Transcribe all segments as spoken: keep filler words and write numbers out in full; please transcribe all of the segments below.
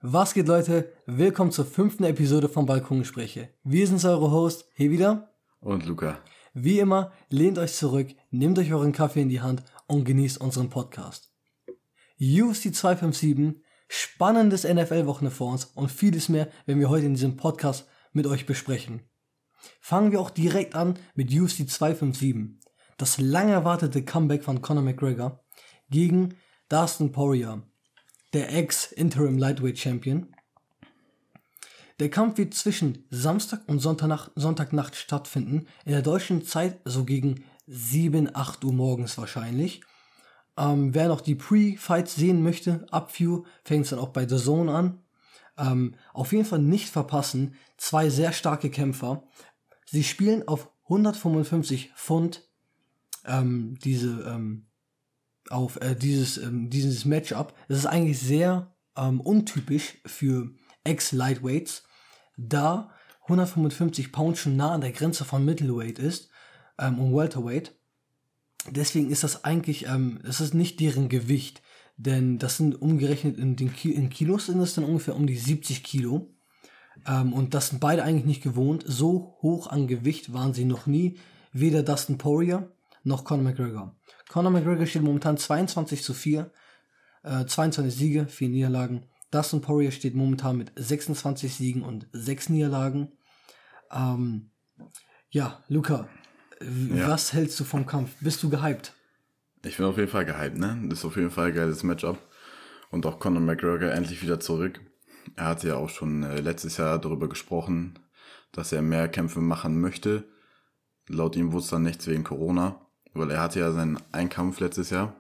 Was geht, Leute? Willkommen zur fünften Episode von Balkongespräche. Wir sind eure Hosts, hier wieder und Luca. Wie immer, lehnt euch zurück, nehmt euch euren Kaffee in die Hand und genießt unseren Podcast. U F C zweihundertsiebenundfünfzig, spannendes N F L-Wochenende vor uns und vieles mehr werden wir heute in diesem Podcast mit euch besprechen. Fangen wir auch direkt an mit U F C zweihundertsiebenundfünfzig, das lang erwartete Comeback von Conor McGregor gegen Dustin Poirier, der Ex-Interim Lightweight Champion. Der Kampf wird zwischen Samstag und Sonntagnacht, Sonntagnacht stattfinden, in der deutschen Zeit so gegen sieben, acht Uhr morgens wahrscheinlich. Ähm, wer noch die Pre-Fights sehen möchte, Upview, fängt es dann auch bei The Zone an. Ähm, auf jeden Fall nicht verpassen, zwei sehr starke Kämpfer. Sie spielen auf hundertfünfundfünfzig Pfund ähm, diese ähm, auf äh, dieses ähm, dieses Matchup. Das ist eigentlich sehr ähm, untypisch für Ex-Lightweights, da hundertfünfundfünfzig Pound schon nah an der Grenze von Middleweight ist ähm, und Welterweight. Deswegen ist das eigentlich, ähm, das ist nicht deren Gewicht, denn das sind umgerechnet in den Ki- in Kilos sind es dann ungefähr um die siebzig Kilo. Ähm, und das sind beide eigentlich nicht gewohnt. So hoch an Gewicht waren sie noch nie, weder Dustin Poirier noch Conor McGregor. Conor McGregor steht momentan zweiundzwanzig zu vier, äh, zweiundzwanzig Siege, vier Niederlagen. Dustin Poirier steht momentan mit sechsundzwanzig Siegen und sechs Niederlagen. Ähm, ja, Luca, w- Ja. was hältst du vom Kampf? Bist du gehypt? Ich bin auf jeden Fall gehypt, ne? Das ist auf jeden Fall ein geiles Matchup. Und auch Conor McGregor endlich wieder zurück. Er hatte ja auch schon äh, letztes Jahr darüber gesprochen, dass er mehr Kämpfe machen möchte. Laut ihm wurde es dann nichts wegen Corona, weil er hatte ja seinen Einkampf letztes Jahr.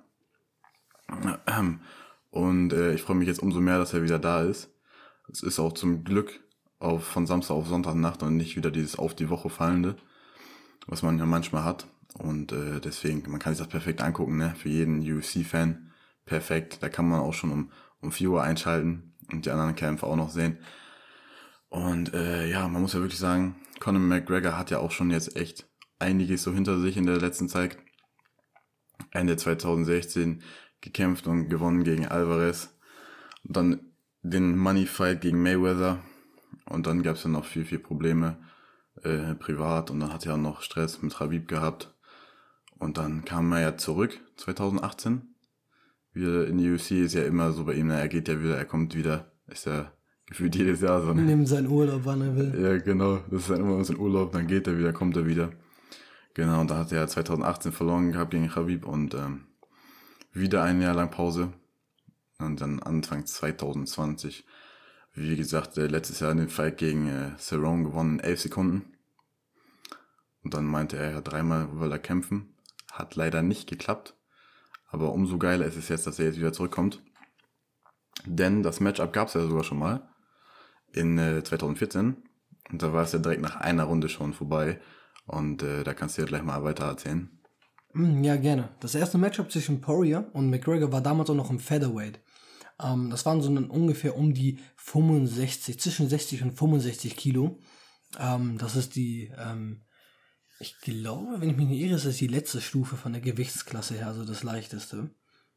Und äh, ich freue mich jetzt umso mehr, dass er wieder da ist. Es ist auch zum Glück auf, von Samstag auf Sonntagnacht und nicht wieder dieses auf die Woche fallende, was man ja manchmal hat. Und äh, deswegen, man kann sich das perfekt angucken, ne? Für jeden U F C-Fan perfekt. Da kann man auch schon um, um vier Uhr einschalten und die anderen Kämpfe auch noch sehen. Und äh, ja, man muss ja wirklich sagen, Conor McGregor hat ja auch schon jetzt echt einiges so hinter sich in der letzten Zeit. Ende zweitausendsechzehn gekämpft und gewonnen gegen Alvarez. Und dann den Money Fight gegen Mayweather. Und dann gab es ja noch viel, viel Probleme äh, privat. Und dann hat er auch noch Stress mit Khabib gehabt. Und dann kam er ja zurück, zweitausendachtzehn. Wieder in die U F C, ist ja immer so bei ihm, ne? Er geht ja wieder, er kommt wieder. Ist ja gefühlt jedes Jahr so. Ne? Nimmt seinen Urlaub, wann er will. Ja, genau. Das ist dann immer ein Urlaub, dann geht er wieder, kommt er wieder. Genau, und da hat er zweitausendachtzehn verloren gehabt gegen Khabib und ähm, wieder ein Jahr lang Pause. Und dann Anfang zweitausendzwanzig, wie gesagt, äh, letztes Jahr den Fight gegen äh, Cerrone gewonnen in elf Sekunden. Und dann meinte er, ja, dreimal will er kämpfen. Hat leider nicht geklappt. Aber umso geiler ist es jetzt, dass er jetzt wieder zurückkommt. Denn das Matchup gab es ja sogar schon mal in äh, zweitausendvierzehn. Und da war es ja direkt nach einer Runde schon vorbei. Und äh, da kannst du ja gleich mal weiter erzählen. Mm, Ja, gerne. Das erste Matchup zwischen Poirier und McGregor war damals auch noch im Featherweight. Ähm, das waren so dann ungefähr um die fünfundsechzig, zwischen sechzig und fünfundsechzig Kilo. Ähm, das ist die, ähm, ich glaube, wenn ich mich nicht irre, ist das die letzte Stufe von der Gewichtsklasse her, also das leichteste.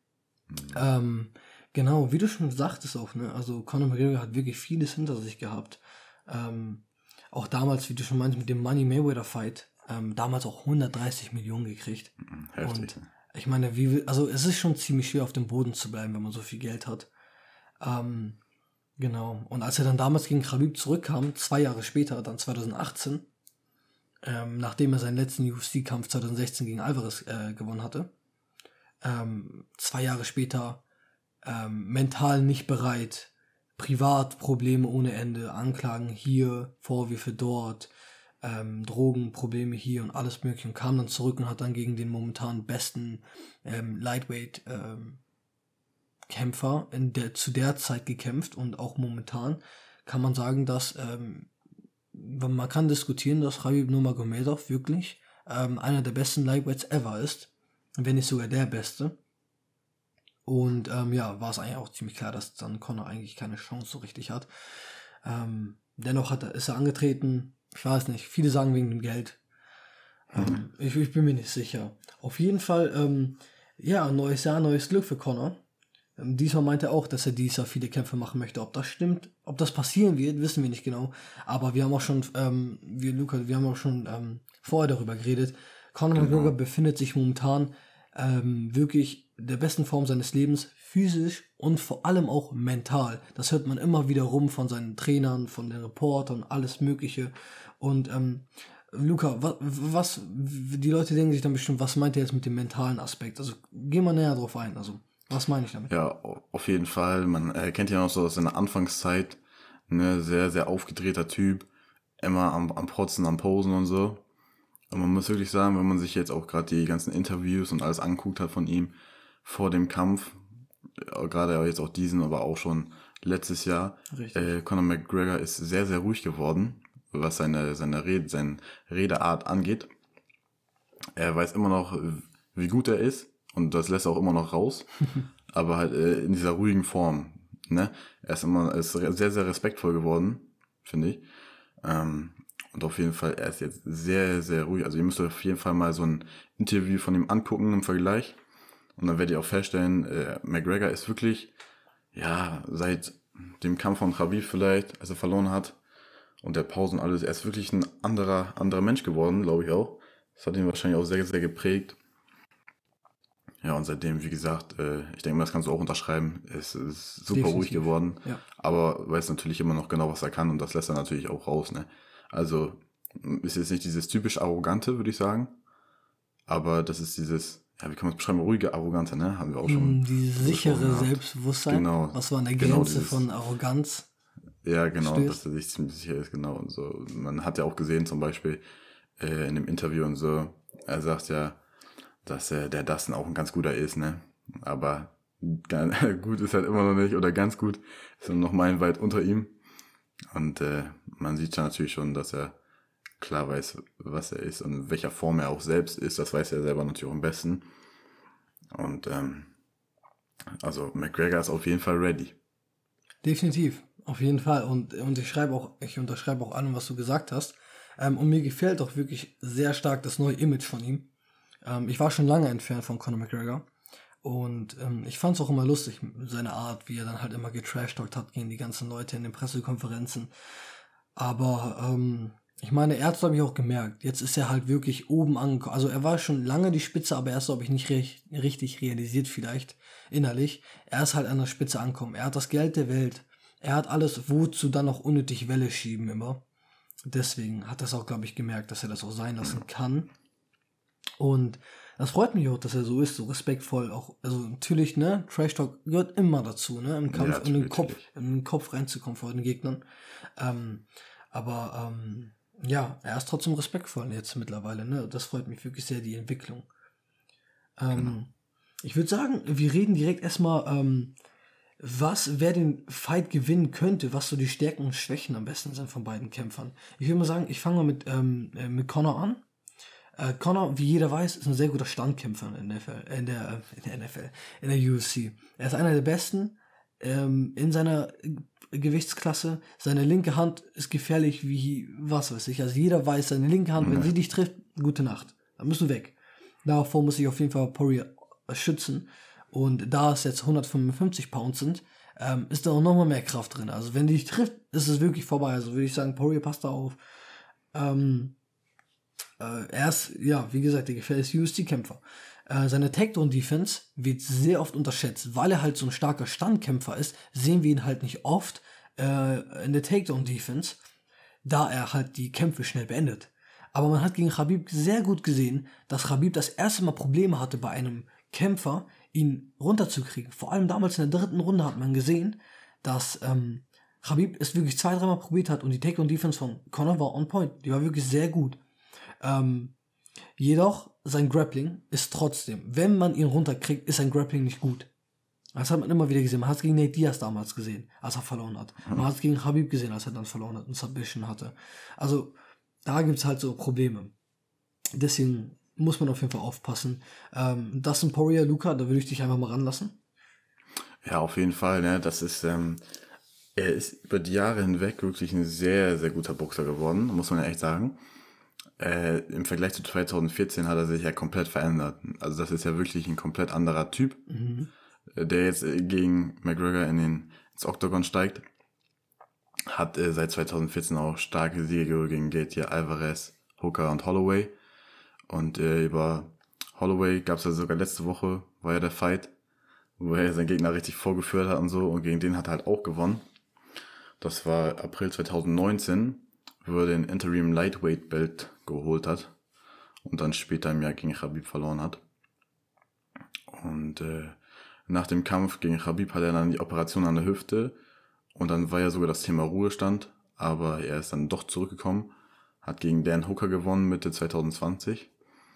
Ähm, genau, wie du schon sagtest auch, ne, also Conor McGregor hat wirklich vieles hinter sich gehabt. Ähm, auch damals, wie du schon meinst, mit dem Money Mayweather Fight, ähm, damals auch hundertdreißig Millionen gekriegt. Heftig. Und ich meine, wie, will- also es ist schon ziemlich schwer auf dem Boden zu bleiben, wenn man so viel Geld hat. Ähm, genau. Und als er dann damals gegen Khabib zurückkam, zwei Jahre später, dann zweitausendachtzehn, ähm, nachdem er seinen letzten U F C-Kampf zweitausendsechzehn gegen Alvarez äh, gewonnen hatte, ähm, zwei Jahre später ähm, mental nicht bereit, Privatprobleme ohne Ende, Anklagen hier, Vorwürfe dort, ähm, Drogenprobleme hier und alles mögliche und kam dann zurück und hat dann gegen den momentan besten ähm, Lightweight ähm, Kämpfer in der, zu der Zeit gekämpft und auch momentan kann man sagen, dass ähm, man kann diskutieren, dass Khabib Nurmagomedov wirklich ähm, einer der besten Lightweights ever ist, wenn nicht sogar der beste. Und ähm, ja, war es eigentlich auch ziemlich klar, dass dann Conor eigentlich keine Chance so richtig hat. Ähm, dennoch hat er, ist er angetreten, ich weiß nicht, viele sagen wegen dem Geld. Ähm, ich, ich bin mir nicht sicher. Auf jeden Fall, ähm, ja, neues Jahr, neues Glück für Conor. Ähm, diesmal meinte er auch, dass er dieses Jahr viele Kämpfe machen möchte. Ob das stimmt, ob das passieren wird, wissen wir nicht genau. Aber wir haben auch schon, ähm, wir, Luca, wir haben auch schon ähm, vorher darüber geredet. Conor Genau. McGregor befindet sich momentan ähm, wirklich in der besten Form seines Lebens, physisch und vor allem auch mental. Das hört man immer wieder rum von seinen Trainern, von den Reportern, alles Mögliche. Und ähm, Luca, was, was, die Leute denken sich dann bestimmt, was meint er jetzt mit dem mentalen Aspekt? Also geh mal näher drauf ein. Also was meine ich damit? Ja, auf jeden Fall. Man erkennt ja noch so aus seiner Anfangszeit, ne, sehr, sehr aufgedrehter Typ, immer am, am Protzen, am Posen und so. Und man muss wirklich sagen, wenn man sich jetzt auch gerade die ganzen Interviews und alles anguckt hat von ihm vor dem Kampf, gerade jetzt auch diesen, aber auch schon letztes Jahr, äh, Conor McGregor ist sehr, sehr ruhig geworden, was seine, seine Rede, seine Redeart angeht. Er weiß immer noch, wie gut er ist und das lässt er auch immer noch raus, aber halt äh, in dieser ruhigen Form. Ne? Er ist immer ist sehr, sehr respektvoll geworden, finde ich. Ähm, Und auf jeden Fall, er ist jetzt sehr, sehr ruhig. Also ihr müsst euch auf jeden Fall mal so ein Interview von ihm angucken im Vergleich. Und dann werdet ihr auch feststellen, äh, McGregor ist wirklich, ja, seit dem Kampf von Khabib vielleicht, als er verloren hat, und der Pause und alles, er ist wirklich ein anderer, anderer Mensch geworden, glaube ich auch. Das hat ihn wahrscheinlich auch sehr, sehr geprägt. Ja, und seitdem, wie gesagt, äh, ich denke mal, das kannst du auch unterschreiben, es ist super Definitiv. ruhig geworden. Ja. Aber weiß natürlich immer noch genau, was er kann und das lässt er natürlich auch raus, ne? Also ist jetzt nicht dieses typisch Arrogante, würde ich sagen. Aber das ist dieses, ja, wie kann man es beschreiben, ruhige Arrogante, ne? Haben wir auch schon. Die sichere gehabt. Selbstbewusstsein, Genau. was war an der Genau Grenze dieses- von Arroganz. Ja, genau, Stößt. dass er sich ziemlich sicher ist, genau. Und so. Man hat ja auch gesehen, zum Beispiel äh, in dem Interview und so, er sagt ja, dass äh, der Dustin auch ein ganz guter ist, ne? Aber ganz, gut ist halt immer noch nicht, oder ganz gut ist noch meilenweit unter ihm. Und äh, man sieht ja natürlich schon, dass er klar weiß, was er ist und in welcher Form er auch selbst ist. Das weiß er selber natürlich auch am besten. Und ähm, also McGregor ist auf jeden Fall ready. Definitiv, auf jeden Fall. Und, und ich schreibe auch, ich unterschreibe auch allem, was du gesagt hast. Ähm, und mir gefällt auch wirklich sehr stark das neue Image von ihm. Ähm, ich war schon lange entfernt von Conor McGregor. Und ähm, ich fand es auch immer lustig, seine Art, wie er dann halt immer getrashtalkt hat gegen die ganzen Leute in den Pressekonferenzen. Aber ähm, ich meine, er hat es, glaube ich, auch gemerkt. Jetzt ist er halt wirklich oben angekommen. Also er war schon lange die Spitze, aber er ist, glaube ich, nicht re- richtig realisiert vielleicht innerlich. Er ist halt an der Spitze angekommen. Er hat das Geld der Welt. Er hat alles, wozu dann noch unnötig Welle schieben immer. Deswegen hat er es auch, glaube ich, gemerkt, dass er das auch sein lassen kann. Und das freut mich auch, dass er so ist, so respektvoll. Auch, also natürlich, ne, Trash Talk gehört immer dazu, ne, im Kampf Ja, in den natürlich. Kopf, in den Kopf reinzukommen vor den Gegnern. Ähm, aber ähm, ja, er ist trotzdem respektvoll jetzt mittlerweile, ne. Das freut mich wirklich sehr, die Entwicklung. Ähm, Genau. Ich würde sagen, wir reden direkt erstmal, ähm, was, wer den Fight gewinnen könnte, was so die Stärken und Schwächen am besten sind von beiden Kämpfern. Ich würde mal sagen, ich fange mal mit, ähm, äh, mit Conor an. Äh, Conor, wie jeder weiß, ist ein sehr guter Standkämpfer in der N F L, in der, in der N F L, in der U F C. Er ist einer der besten ähm, in seiner Gewichtsklasse. Seine linke Hand ist gefährlich wie, was weiß ich. Also jeder weiß, seine linke Hand, wenn Ja. sie dich trifft, gute Nacht. Dann bist du weg. Davor muss ich auf jeden Fall Poirier schützen. Und da es jetzt hundertfünfundfünfzig Pounds sind, ähm, ist da auch nochmal mehr Kraft drin. Also wenn die dich trifft, ist es wirklich vorbei. Also würde ich sagen, Poirier passt da auf. Ähm, Äh, er ist, ja, wie gesagt, der gefährlichste U F C-Kämpfer. Äh, seine Takedown-Defense wird sehr oft unterschätzt. Weil er halt so ein starker Standkämpfer ist, sehen wir ihn halt nicht oft äh, in der Takedown-Defense, da er halt die Kämpfe schnell beendet. Aber man hat gegen Khabib sehr gut gesehen, dass Khabib das erste Mal Probleme hatte bei einem Kämpfer, ihn runterzukriegen. Vor allem damals in der dritten Runde hat man gesehen, dass ähm, Khabib es wirklich zwei, dreimal probiert hat und die Takedown-Defense von Conor war on point. Die war wirklich sehr gut. Ähm, jedoch, sein Grappling ist trotzdem, wenn man ihn runterkriegt, ist sein Grappling nicht gut. Das hat man immer wieder gesehen. Man hat es gegen Nate Diaz damals gesehen, als er verloren hat. Man hat es gegen Khabib gesehen, als er dann verloren hat und Submission hatte. Also, da gibt es halt so Probleme. Deswegen muss man auf jeden Fall aufpassen. Ähm, Dustin Poirier, Luca, da würde ich dich einfach mal ranlassen. Ja, auf jeden Fall, ne, das ist, ähm, er ist über die Jahre hinweg wirklich ein sehr, sehr guter Boxer geworden, muss man ja echt sagen. Äh, im Vergleich zu zwanzig vierzehn hat er sich ja komplett verändert. Also das ist ja wirklich ein komplett anderer Typ. Mhm. der jetzt gegen McGregor in den, ins Octagon steigt, hat äh, seit zwanzig vierzehn auch starke Siege gegen Gaethje, Alvarez, Hooker und Holloway. Und äh, über Holloway gab es ja sogar letzte Woche, war ja der Fight, wo er seinen Gegner richtig vorgeführt hat und so. Und gegen den hat er halt auch gewonnen. Das war April zwanzig neunzehn, wo er den Interim Lightweight Belt geholt hat. Und dann später im Jahr gegen Khabib verloren hat. Und äh, nach dem Kampf gegen Khabib hat er dann die Operation an der Hüfte. Und dann war ja sogar das Thema Ruhestand. Aber er ist dann doch zurückgekommen. Hat gegen Dan Hooker gewonnen Mitte zwanzig zwanzig.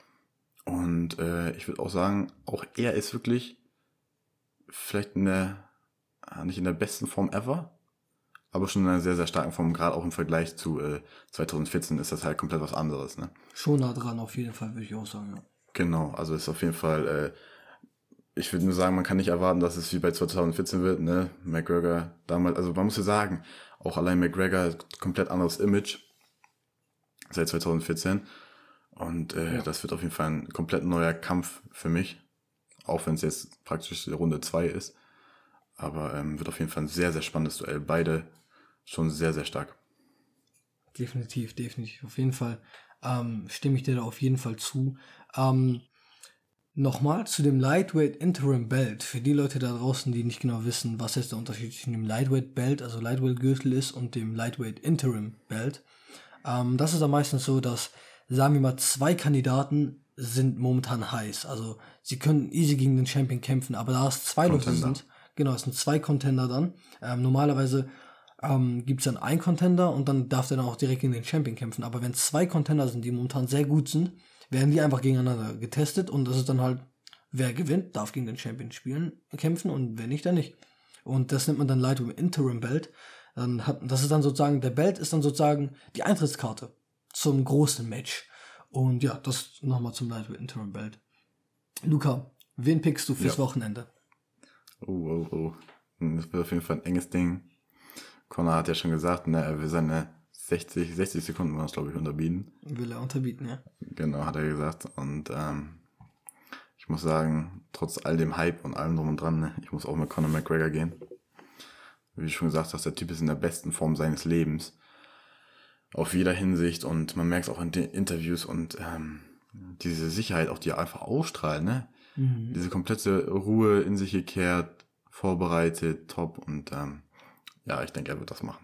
Und äh, ich würde auch sagen, auch er ist wirklich vielleicht in der, nicht in der besten Form ever, aber schon in einer sehr, sehr starken Form. Gerade auch im Vergleich zu äh, zwanzig vierzehn ist das halt komplett was anderes. Ne? Schon nah dran, auf jeden Fall, würde ich auch sagen. Ja. Genau, also ist auf jeden Fall, äh, ich würde nur sagen, man kann nicht erwarten, dass es wie bei zwanzig vierzehn wird. Ne? McGregor damals, also man muss ja sagen, auch allein McGregor, komplett anderes Image seit zwanzig vierzehn. Und äh, ja. Das wird auf jeden Fall ein komplett neuer Kampf für mich. Auch wenn es jetzt praktisch Runde zwei ist. Aber ähm, wird auf jeden Fall ein sehr, sehr spannendes Duell. Beide schon sehr, sehr stark. Definitiv, definitiv. Auf jeden Fall ähm, stimme ich dir da auf jeden Fall zu. Ähm, Nochmal zu dem Lightweight Interim Belt. Für die Leute da draußen, die nicht genau wissen, was jetzt der Unterschied zwischen dem Lightweight Belt, also Lightweight Gürtel ist, und dem Lightweight Interim Belt. Ähm, das ist dann meistens so, dass, sagen wir mal, zwei Kandidaten sind momentan heiß. Also sie können easy gegen den Champion kämpfen, aber da es zwei Leute sind, genau, es sind zwei Contender dann. Ähm, normalerweise ähm, gibt es dann einen Contender und dann darf der dann auch direkt gegen den Champion kämpfen. Aber wenn zwei Contender sind, die momentan sehr gut sind, werden die einfach gegeneinander getestet und das ist dann halt, wer gewinnt, darf gegen den Champion spielen, kämpfen und wer nicht, dann nicht. Und das nennt man dann Lightweight Interim Belt. Dann hat, das ist dann sozusagen, der Belt ist dann sozusagen die Eintrittskarte zum großen Match. Und ja, das nochmal zum Lightweight Interim Belt. Luca, wen pickst du fürs ja. Wochenende? Oh, oh, oh. Das wird auf jeden Fall ein enges Ding. Conor hat ja schon gesagt, ne, er will seine sechzig, sechzig Sekunden war das, glaube ich, unterbieten. Will er unterbieten, ja. Genau, hat er gesagt. Und ähm, ich muss sagen, trotz all dem Hype und allem drum und dran, ne, ich muss auch mit Conor McGregor gehen. Wie du schon gesagt hast, der Typ ist in der besten Form seines Lebens. Auf jeder Hinsicht. Und man merkt es auch in den Interviews und ähm, diese Sicherheit, auch die er einfach ausstrahlt, ne? Mhm. Diese komplette Ruhe in sich gekehrt, vorbereitet, top. Und ähm, ja, ich denke, er wird das machen.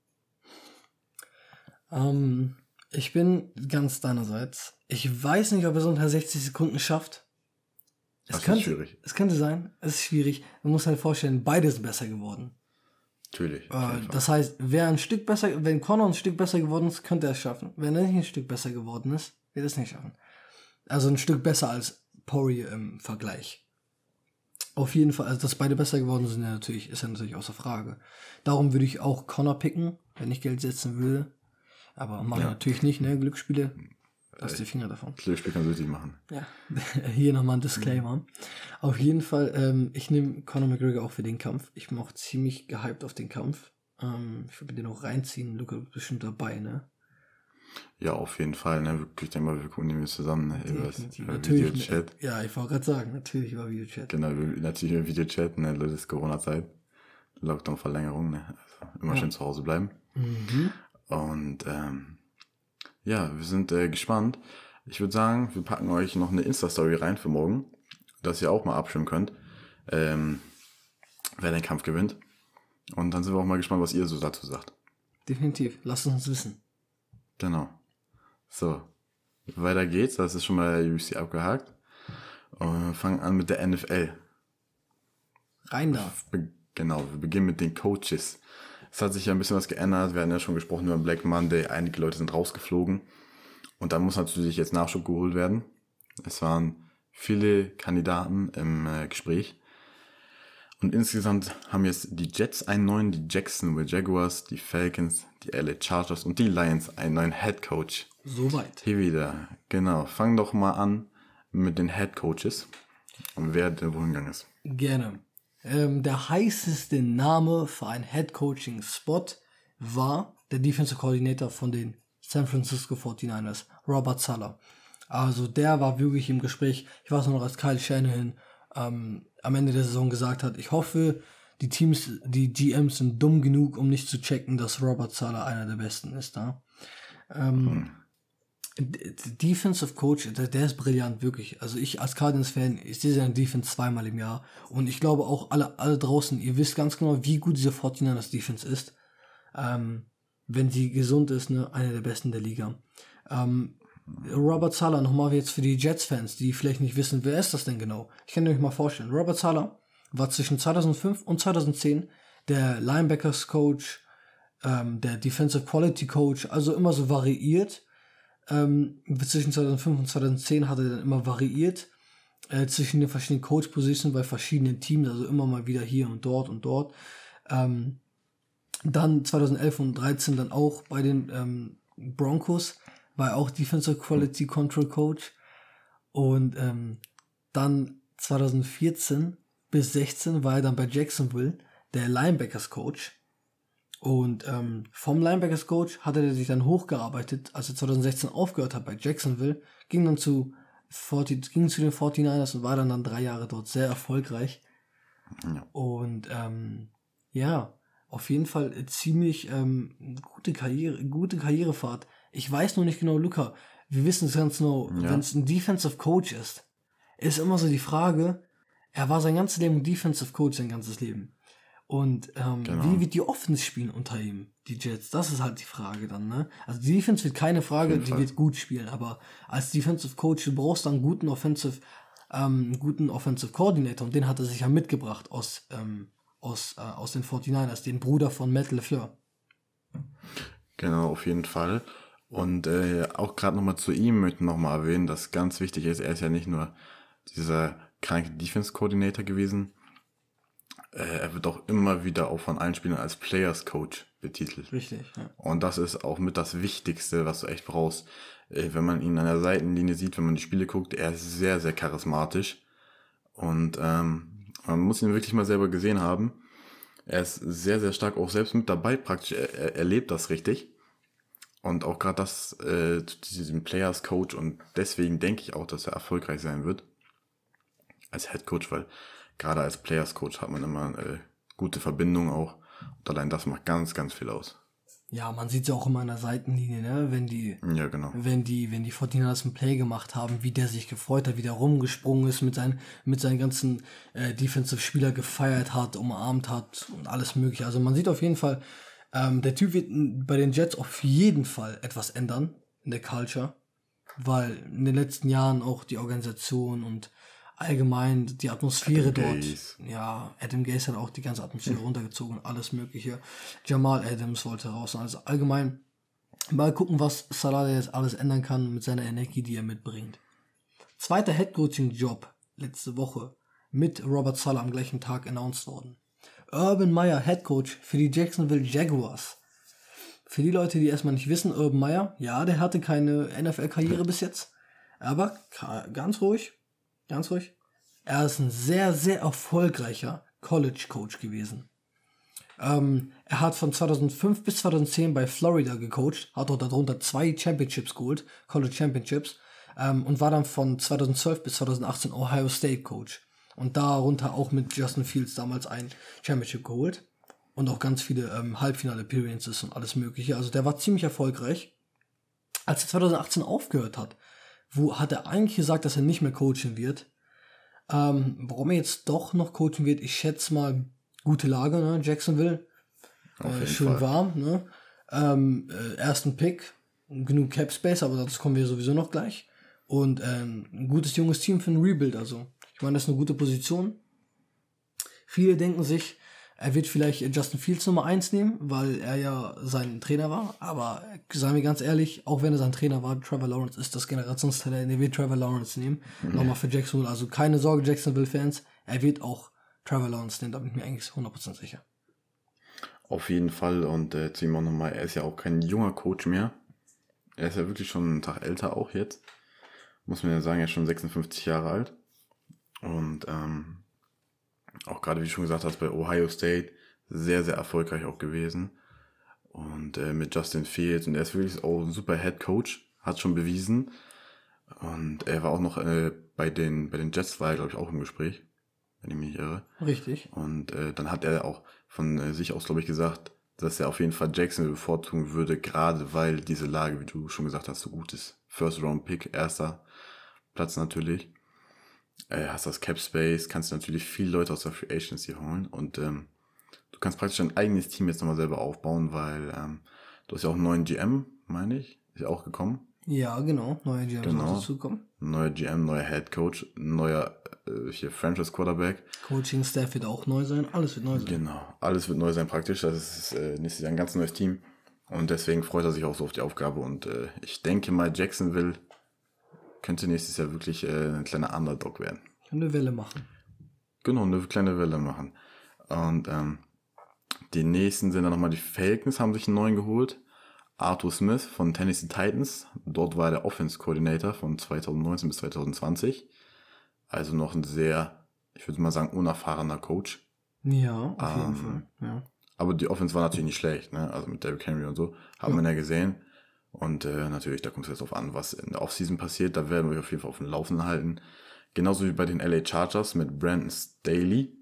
Um, ich bin ganz deinerseits. Ich weiß nicht, ob er so unter sechzig Sekunden schafft. Es das könnte, ist schwierig. Es könnte sein. Es ist schwierig. Man muss halt vorstellen, beide sind besser geworden. Natürlich. Äh, das heißt, wer ein Stück besser, wenn Conor ein Stück besser geworden ist, könnte er es schaffen. Wenn er nicht ein Stück besser geworden ist, wird er es nicht schaffen. Also ein Stück besser als Poirier im Vergleich. Auf jeden Fall, also dass beide besser geworden sind, ja, natürlich, ist ja natürlich außer Frage. Darum würde ich auch Conor picken, wenn ich Geld setzen würde. Aber mache ich ja. natürlich nicht, ne? Glücksspiele, lass die Finger davon. Glücksspiel kann süchtig machen. Ja, hier nochmal ein Disclaimer. Mhm. Auf jeden Fall, ähm, ich nehme Conor McGregor auch für den Kampf. Ich bin auch ziemlich gehypt auf den Kampf. Ähm, ich würde den auch reinziehen. Luca, du bist bestimmt dabei, ne? Ja, auf jeden Fall, ne? Ich denke mal, wir gucken den zusammen, ne? Über das natürlich, Videochat. Ja, ich wollte gerade sagen, natürlich über Videochat. Genau, natürlich über Videochat, ne? Das ist Corona-Zeit. Lockdown-Verlängerung, ne? Also immer ja. schön zu Hause bleiben. Mhm. Und ähm, ja, wir sind äh, gespannt. Ich würde sagen, wir packen euch noch eine Insta-Story rein für morgen, dass ihr auch mal abstimmen könnt, ähm, wer den Kampf gewinnt. Und dann sind wir auch mal gespannt, was ihr so dazu sagt. Definitiv, lasst uns wissen. Genau. So, weiter geht's. Das ist schon mal U F C abgehakt. Und wir fangen an mit der N F L. Rein da. Genau, wir beginnen mit den Coaches. Es hat sich ja ein bisschen was geändert. Wir hatten ja schon gesprochen über Black Monday. Einige Leute sind rausgeflogen. Und da muss natürlich jetzt Nachschub geholt werden. Es waren viele Kandidaten im äh, Gespräch. Und insgesamt haben jetzt die Jets einen neuen, die Jacksonville Jaguars, die Falcons, die L A Chargers und die Lions einen neuen Head Coach. Soweit. Hier wieder. Genau. Fangen doch mal an mit den Head Coaches. Und wer denn wohin gegangen ist. Gerne. Ähm, der heißeste Name für einen Head-Coaching-Spot war der Defensive Coordinator von den San Francisco forty-niners, Robert Saleh. Also der war wirklich im Gespräch. Ich weiß noch, als Kyle Shanahan ähm, am Ende der Saison gesagt hat, ich hoffe, die Teams, die G Ms sind dumm genug, um nicht zu checken, dass Robert Saleh einer der Besten ist. Da. Ähm, hm. Defensive Coach, der, der ist brillant, wirklich. Also ich als Cardinals-Fan, ich sehe seine Defense zweimal im Jahr. Und ich glaube auch alle, alle draußen, ihr wisst ganz genau, wie gut diese forty-niners Defense ist. Ähm, wenn sie gesund ist, ne, eine der besten der Liga. Ähm, Robert Saleh, nochmal jetzt für die Jets-Fans, die vielleicht nicht wissen, wer ist das denn genau? Ich kann euch mal vorstellen. Robert Saleh war zwischen zweitausendfünf und zweitausendzehn der Linebackers-Coach, ähm, der Defensive Quality Coach, also immer so variiert. Ähm, zwischen zweitausendfünf und zweitausendzehn hat er dann immer variiert äh, zwischen den verschiedenen Coach-Positionen bei verschiedenen Teams, also immer mal wieder hier und dort und dort. Ähm, dann zweitausendelf und dreizehn dann auch bei den ähm, Broncos, war er auch Defensive Quality Control Coach. Und ähm, dann zweitausendvierzehn bis sechzehn war er dann bei Jacksonville der Linebackers Coach. Und ähm, vom Linebackers Coach hat er sich dann hochgearbeitet, als er zweitausendsechzehn aufgehört hat bei Jacksonville, ging dann zu, vierzig, ging zu den forty-niners und war dann, dann drei Jahre dort sehr erfolgreich. Ja. Und ähm, ja, auf jeden Fall ziemlich ähm, gute Karriere, gute Karrierefahrt. Ich weiß nur nicht genau, Luca, wir wissen es ganz genau, ja. Wenn es ein Defensive Coach ist, ist immer so die Frage, er war sein ganzes Leben Defensive Coach, sein ganzes Leben. Und ähm, genau. Wie wird die Offense spielen unter ihm, die Jets? Das ist halt die Frage dann, ne? Also die Defense wird keine Frage, die Fall. wird gut spielen, aber als Defensive Coach, du brauchst dann einen guten Offensive, ähm, einen guten Offensive Coordinator und den hat er sich ja mitgebracht aus, ähm, aus, äh, aus den forty-niners, den Bruder von Matt LaFleur. Genau, auf jeden Fall. Und äh, auch gerade nochmal zu ihm möchte ich nochmal erwähnen, dass ganz wichtig ist, er ist ja nicht nur dieser kranke Defense-Coordinator gewesen, äh, er wird auch immer wieder auch von allen Spielern als Players-Coach betitelt. Richtig, ja. Und das ist auch mit das Wichtigste, was du echt brauchst. Äh, wenn man ihn an der Seitenlinie sieht, wenn man die Spiele guckt, er ist sehr, sehr charismatisch. Und ähm, man muss ihn wirklich mal selber gesehen haben. Er ist sehr, sehr stark auch selbst mit dabei, praktisch, er, er lebt das richtig. Und auch gerade das, äh, diesen Players Coach, und deswegen denke ich auch, dass er erfolgreich sein wird als Head Coach, weil gerade als Players Coach hat man immer äh, gute Verbindungen auch. Und allein das macht ganz, ganz viel aus. Ja, man sieht es ja auch immer an der Seitenlinie, ne? Wenn die, ja, genau. wenn die, wenn die forty-niners einen Play gemacht haben, wie der sich gefreut hat, wie der rumgesprungen ist, mit seinen, mit seinen ganzen äh, Defensive-Spieler gefeiert hat, umarmt hat und alles mögliche. Also man sieht auf jeden Fall, ähm, der Typ wird bei den Jets auf jeden Fall etwas ändern in der Culture, weil in den letzten Jahren auch die Organisation und allgemein die Atmosphäre Adam dort, Gaze. ja, Adam Gase hat auch die ganze Atmosphäre mhm. runtergezogen, alles mögliche. Jamal Adams wollte raus, also allgemein mal gucken, was Saleh jetzt alles ändern kann mit seiner Energie, die er mitbringt. Zweiter Headcoaching-Job letzte Woche mit Robert Saleh am gleichen Tag announced worden. Urban Meyer, Headcoach für die Jacksonville Jaguars. Für die Leute, die erstmal nicht wissen, Urban Meyer, ja, der hatte keine N F L-Karriere bis jetzt, aber ganz ruhig, Ganz ruhig. Er ist ein sehr, sehr erfolgreicher College-Coach gewesen. Ähm, er hat von zweitausendfünf bis zweitausendzehn bei Florida gecoacht, hat dort darunter zwei Championships geholt, College Championships, ähm, und war dann von zweitausendzwölf bis zweitausendachtzehn Ohio State Coach. Und darunter auch mit Justin Fields damals ein Championship geholt. Und auch ganz viele ähm, Halbfinale-Appearances und alles mögliche. Also der war ziemlich erfolgreich. Als er zweitausendachtzehn aufgehört hat, wo hat er eigentlich gesagt, dass er nicht mehr coachen wird. Ähm, warum er jetzt doch noch coachen wird, ich schätze mal, gute Lage, ne? Jacksonville, äh, schön Fall. warm, ne? Ähm, äh, ersten Pick, genug Cap Space, aber das kommen wir sowieso noch gleich. Und ähm, ein gutes junges Team für ein Rebuild, also ich meine, das ist eine gute Position. Viele denken sich, er wird vielleicht Justin Fields Nummer eins nehmen, weil er ja sein Trainer war. Aber seien wir ganz ehrlich, auch wenn er sein Trainer war, Trevor Lawrence ist das Generationstalent. Er wird Trevor Lawrence nehmen. Mhm. Nochmal für Jacksonville. Also keine Sorge, Jacksonville-Fans. Er wird auch Trevor Lawrence nehmen. Da bin ich mir eigentlich hundert Prozent sicher. Auf jeden Fall. Und äh, zu ihm auch nochmal, er ist ja auch kein junger Coach mehr. Er ist ja wirklich schon einen Tag älter auch jetzt. Muss man ja sagen, er ist schon sechsundfünfzig Jahre alt. Und ähm, auch gerade, wie du schon gesagt hast, bei Ohio State sehr, sehr erfolgreich auch gewesen. Und äh, mit Justin Fields. Und er ist wirklich auch ein super Head Coach. Hat schon bewiesen. Und er war auch noch äh, bei den bei den Jets, war er, glaube ich, auch im Gespräch. wenn ich mich nicht irre. Richtig. Und äh, dann hat er auch von äh, sich aus, glaube ich, gesagt, dass er auf jeden Fall Jacksonville bevorzugen würde, gerade weil diese Lage, wie du schon gesagt hast, so gut ist. First-Round-Pick, erster Platz natürlich. Äh, hast das Cap-Space, kannst natürlich viele Leute aus der Free Agency holen und ähm, du kannst praktisch dein eigenes Team jetzt nochmal selber aufbauen, weil ähm, du hast ja auch einen neuen G M, meine ich, ist ja auch gekommen. Ja, genau. Neuer G M Genau. soll dazukommen. Neuer G M, neuer Head Coach, neuer äh, hier Franchise Quarterback. Coaching-Staff wird auch neu sein. Alles wird neu sein. Genau, alles wird neu sein praktisch. Das ist äh, nächstes Jahr ein ganz neues Team. Und deswegen freut er sich auch so auf die Aufgabe. Und äh, ich denke mal, Jacksonville könnte nächstes Jahr wirklich äh, ein kleiner Underdog werden. Eine Welle machen. Genau, eine kleine Welle machen. Und ähm, die nächsten sind dann nochmal die Falcons, haben sich einen neuen geholt. Arthur Smith von Tennessee Titans. Dort war er der Offense Coordinator von zwanzig neunzehn bis zwanzig zwanzig. Also noch ein sehr, ich würde mal sagen, unerfahrener Coach. Ja, auf jeden Ähm, Fall. Ja. Aber die Offense war natürlich nicht schlecht, ne? Also mit Derrick Henry und so. Haben Ja. wir ja gesehen. Und äh, natürlich, da kommt es jetzt drauf an, was in der Offseason passiert. Da werden wir auf jeden Fall auf dem Laufenden halten. Genauso wie bei den L A Chargers mit Brandon Staley.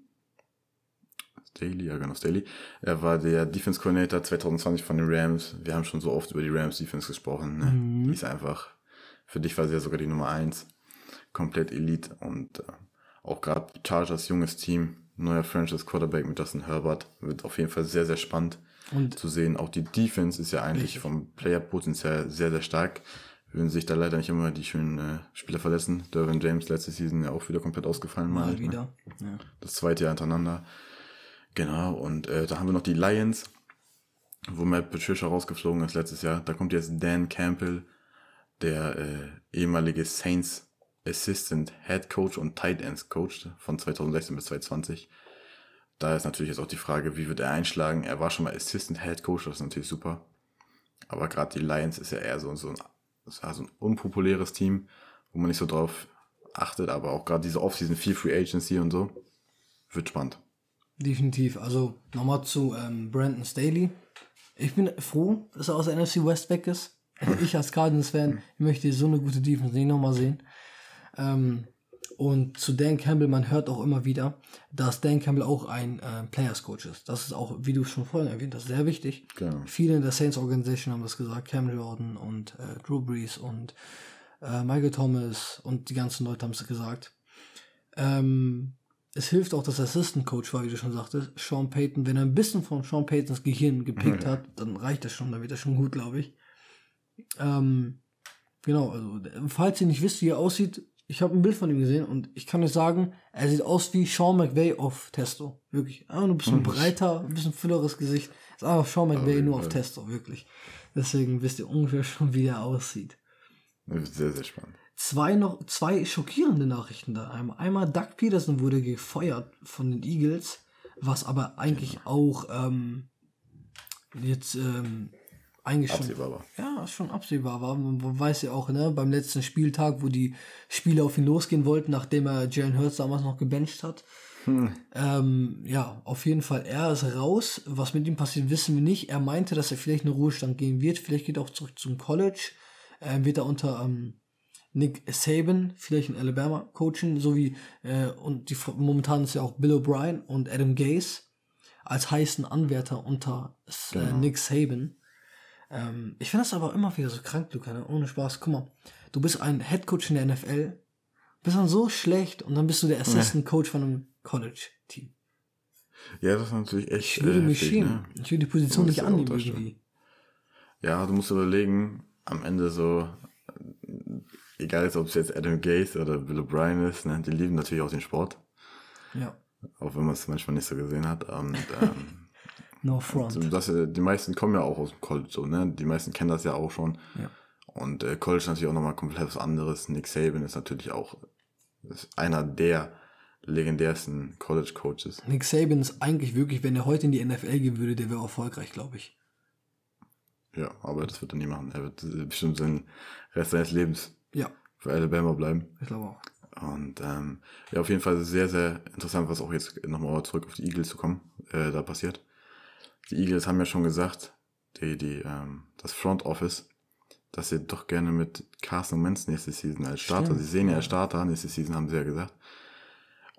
Staley, ja genau, Staley. Er war der Defense Coordinator zwanzig zwanzig von den Rams. Wir haben schon so oft über die Rams Defense gesprochen. Ne? Mhm. Die ist einfach, für dich war sie ja sogar die Nummer eins. Komplett Elite. Und äh, auch gerade Chargers, junges Team. Neuer Franchise Quarterback mit Justin Herbert. Wird auf jeden Fall sehr, sehr spannend Und zu sehen. Auch die Defense ist ja eigentlich Richtig. vom Player-Potenzial sehr, sehr stark. Würden sich da leider nicht immer die schönen äh, Spieler verletzen. Derwin James letzte Season ja auch wieder komplett ausgefallen. meine mal ich, ne? wieder. Ja. Das zweite Jahr hintereinander. Genau, und äh, da haben wir noch die Lions, wo Matt Patricia rausgeflogen ist letztes Jahr. Da kommt jetzt Dan Campbell, der äh, ehemalige Saints Assistant Head Coach und Tight Ends Coach von zwanzig sechzehn bis zwanzig zwanzig. Da ist natürlich jetzt auch die Frage, wie wird er einschlagen? Er war schon mal Assistant Head Coach, das ist natürlich super. Aber gerade die Lions ist ja eher so, so, ein, so ein unpopuläres Team, wo man nicht so drauf achtet. Aber auch gerade diese Offseason, viel Free Agency und so, wird spannend. Definitiv. Also nochmal zu ähm, Brandon Staley. Ich bin froh, dass er aus der N F C West weg ist. Ich als Cardinals-Fan möchte so eine gute Defense nicht nochmal sehen. Ähm, und zu Dan Campbell, man hört auch immer wieder, dass Dan Campbell auch ein äh, Players-Coach ist. Das ist auch, wie du schon vorhin erwähnt hast, sehr wichtig. Genau. Viele in der Saints-Organisation haben das gesagt. Cam Jordan und äh, Drew Brees und äh, Michael Thomas und die ganzen Leute haben es gesagt. Ähm, es hilft auch, dass Assistant Coach war, wie du schon sagtest, Sean Payton. Wenn er ein bisschen von Sean Paytons Gehirn gepickt hat, dann reicht das schon, dann wird das schon gut, glaube ich. Ähm, genau, also falls ihr nicht wisst, wie er aussieht, ich habe ein Bild von ihm gesehen und ich kann euch sagen, er sieht aus wie Sean McVay auf Testo. Wirklich. Einfach nur ein bisschen breiter, ein bisschen fülleres Gesicht. Ist einfach Sean McVay nur auf Testo, wirklich. Deswegen wisst ihr ungefähr schon, wie er aussieht. Sehr, sehr spannend. Zwei noch, zwei schockierende Nachrichten da. Einmal, einmal Doug Peterson wurde gefeuert von den Eagles, was aber eigentlich ja. auch ähm, jetzt ähm, eigentlich absehbar schon, war. Ja, schon absehbar war. Man, man weiß ja auch, ne, beim letzten Spieltag, wo die Spieler auf ihn losgehen wollten, nachdem er Jalen Hurts damals noch gebencht hat. Hm. Ähm, ja, auf jeden Fall, er ist raus. Was mit ihm passiert, wissen wir nicht. Er meinte, dass er vielleicht in den Ruhestand gehen wird. Vielleicht geht er auch zurück zum College. Ähm, wird er unter ähm, Nick Saban, vielleicht in Alabama, coachen, so wie, äh, und die, momentan ist ja auch Bill O'Brien und Adam Gase als heißen Anwärter unter äh, genau. Nick Saban. Ähm, ich finde das aber immer wieder so krank, Luca, ne? Ohne Spaß. Guck mal, du bist ein Headcoach in der N F L, bist dann so schlecht und dann bist du der Assistant Coach von einem College-Team. Ja, das ist natürlich echt. Ich würde äh, mich heftig, schämen. ne? Ich würde die Position nicht annehmen irgendwie. Ja, du musst überlegen, am Ende so, egal ob es jetzt Adam Gase oder Bill O'Brien ist, ne, die lieben natürlich auch den Sport. Ja. Auch wenn man es manchmal nicht so gesehen hat. Und, ähm, no front. Und das, die meisten kommen ja auch aus dem College, so, ne? Die meisten kennen das ja auch schon. Ja. Und äh, College ist natürlich auch nochmal komplett was anderes. Nick Saban ist natürlich auch ist einer der legendärsten College-Coaches. Nick Saban ist eigentlich wirklich, wenn er heute in die N F L gehen würde, der wäre erfolgreich, glaube ich. Ja, aber das wird er nie machen. Er wird bestimmt seinen Rest seines Lebens ja. für Alabama bleiben. Ich glaube auch. Und ähm, ja, auf jeden Fall sehr, sehr interessant, was auch jetzt nochmal zurück auf die Eagles zu kommen, äh, da passiert. Die Eagles haben ja schon gesagt, die, die, ähm, das Front Office, dass sie doch gerne mit Carson Wentz nächste Season als Starter, Stimmt. sie sehen ja als Starter, nächste Season haben sie ja gesagt.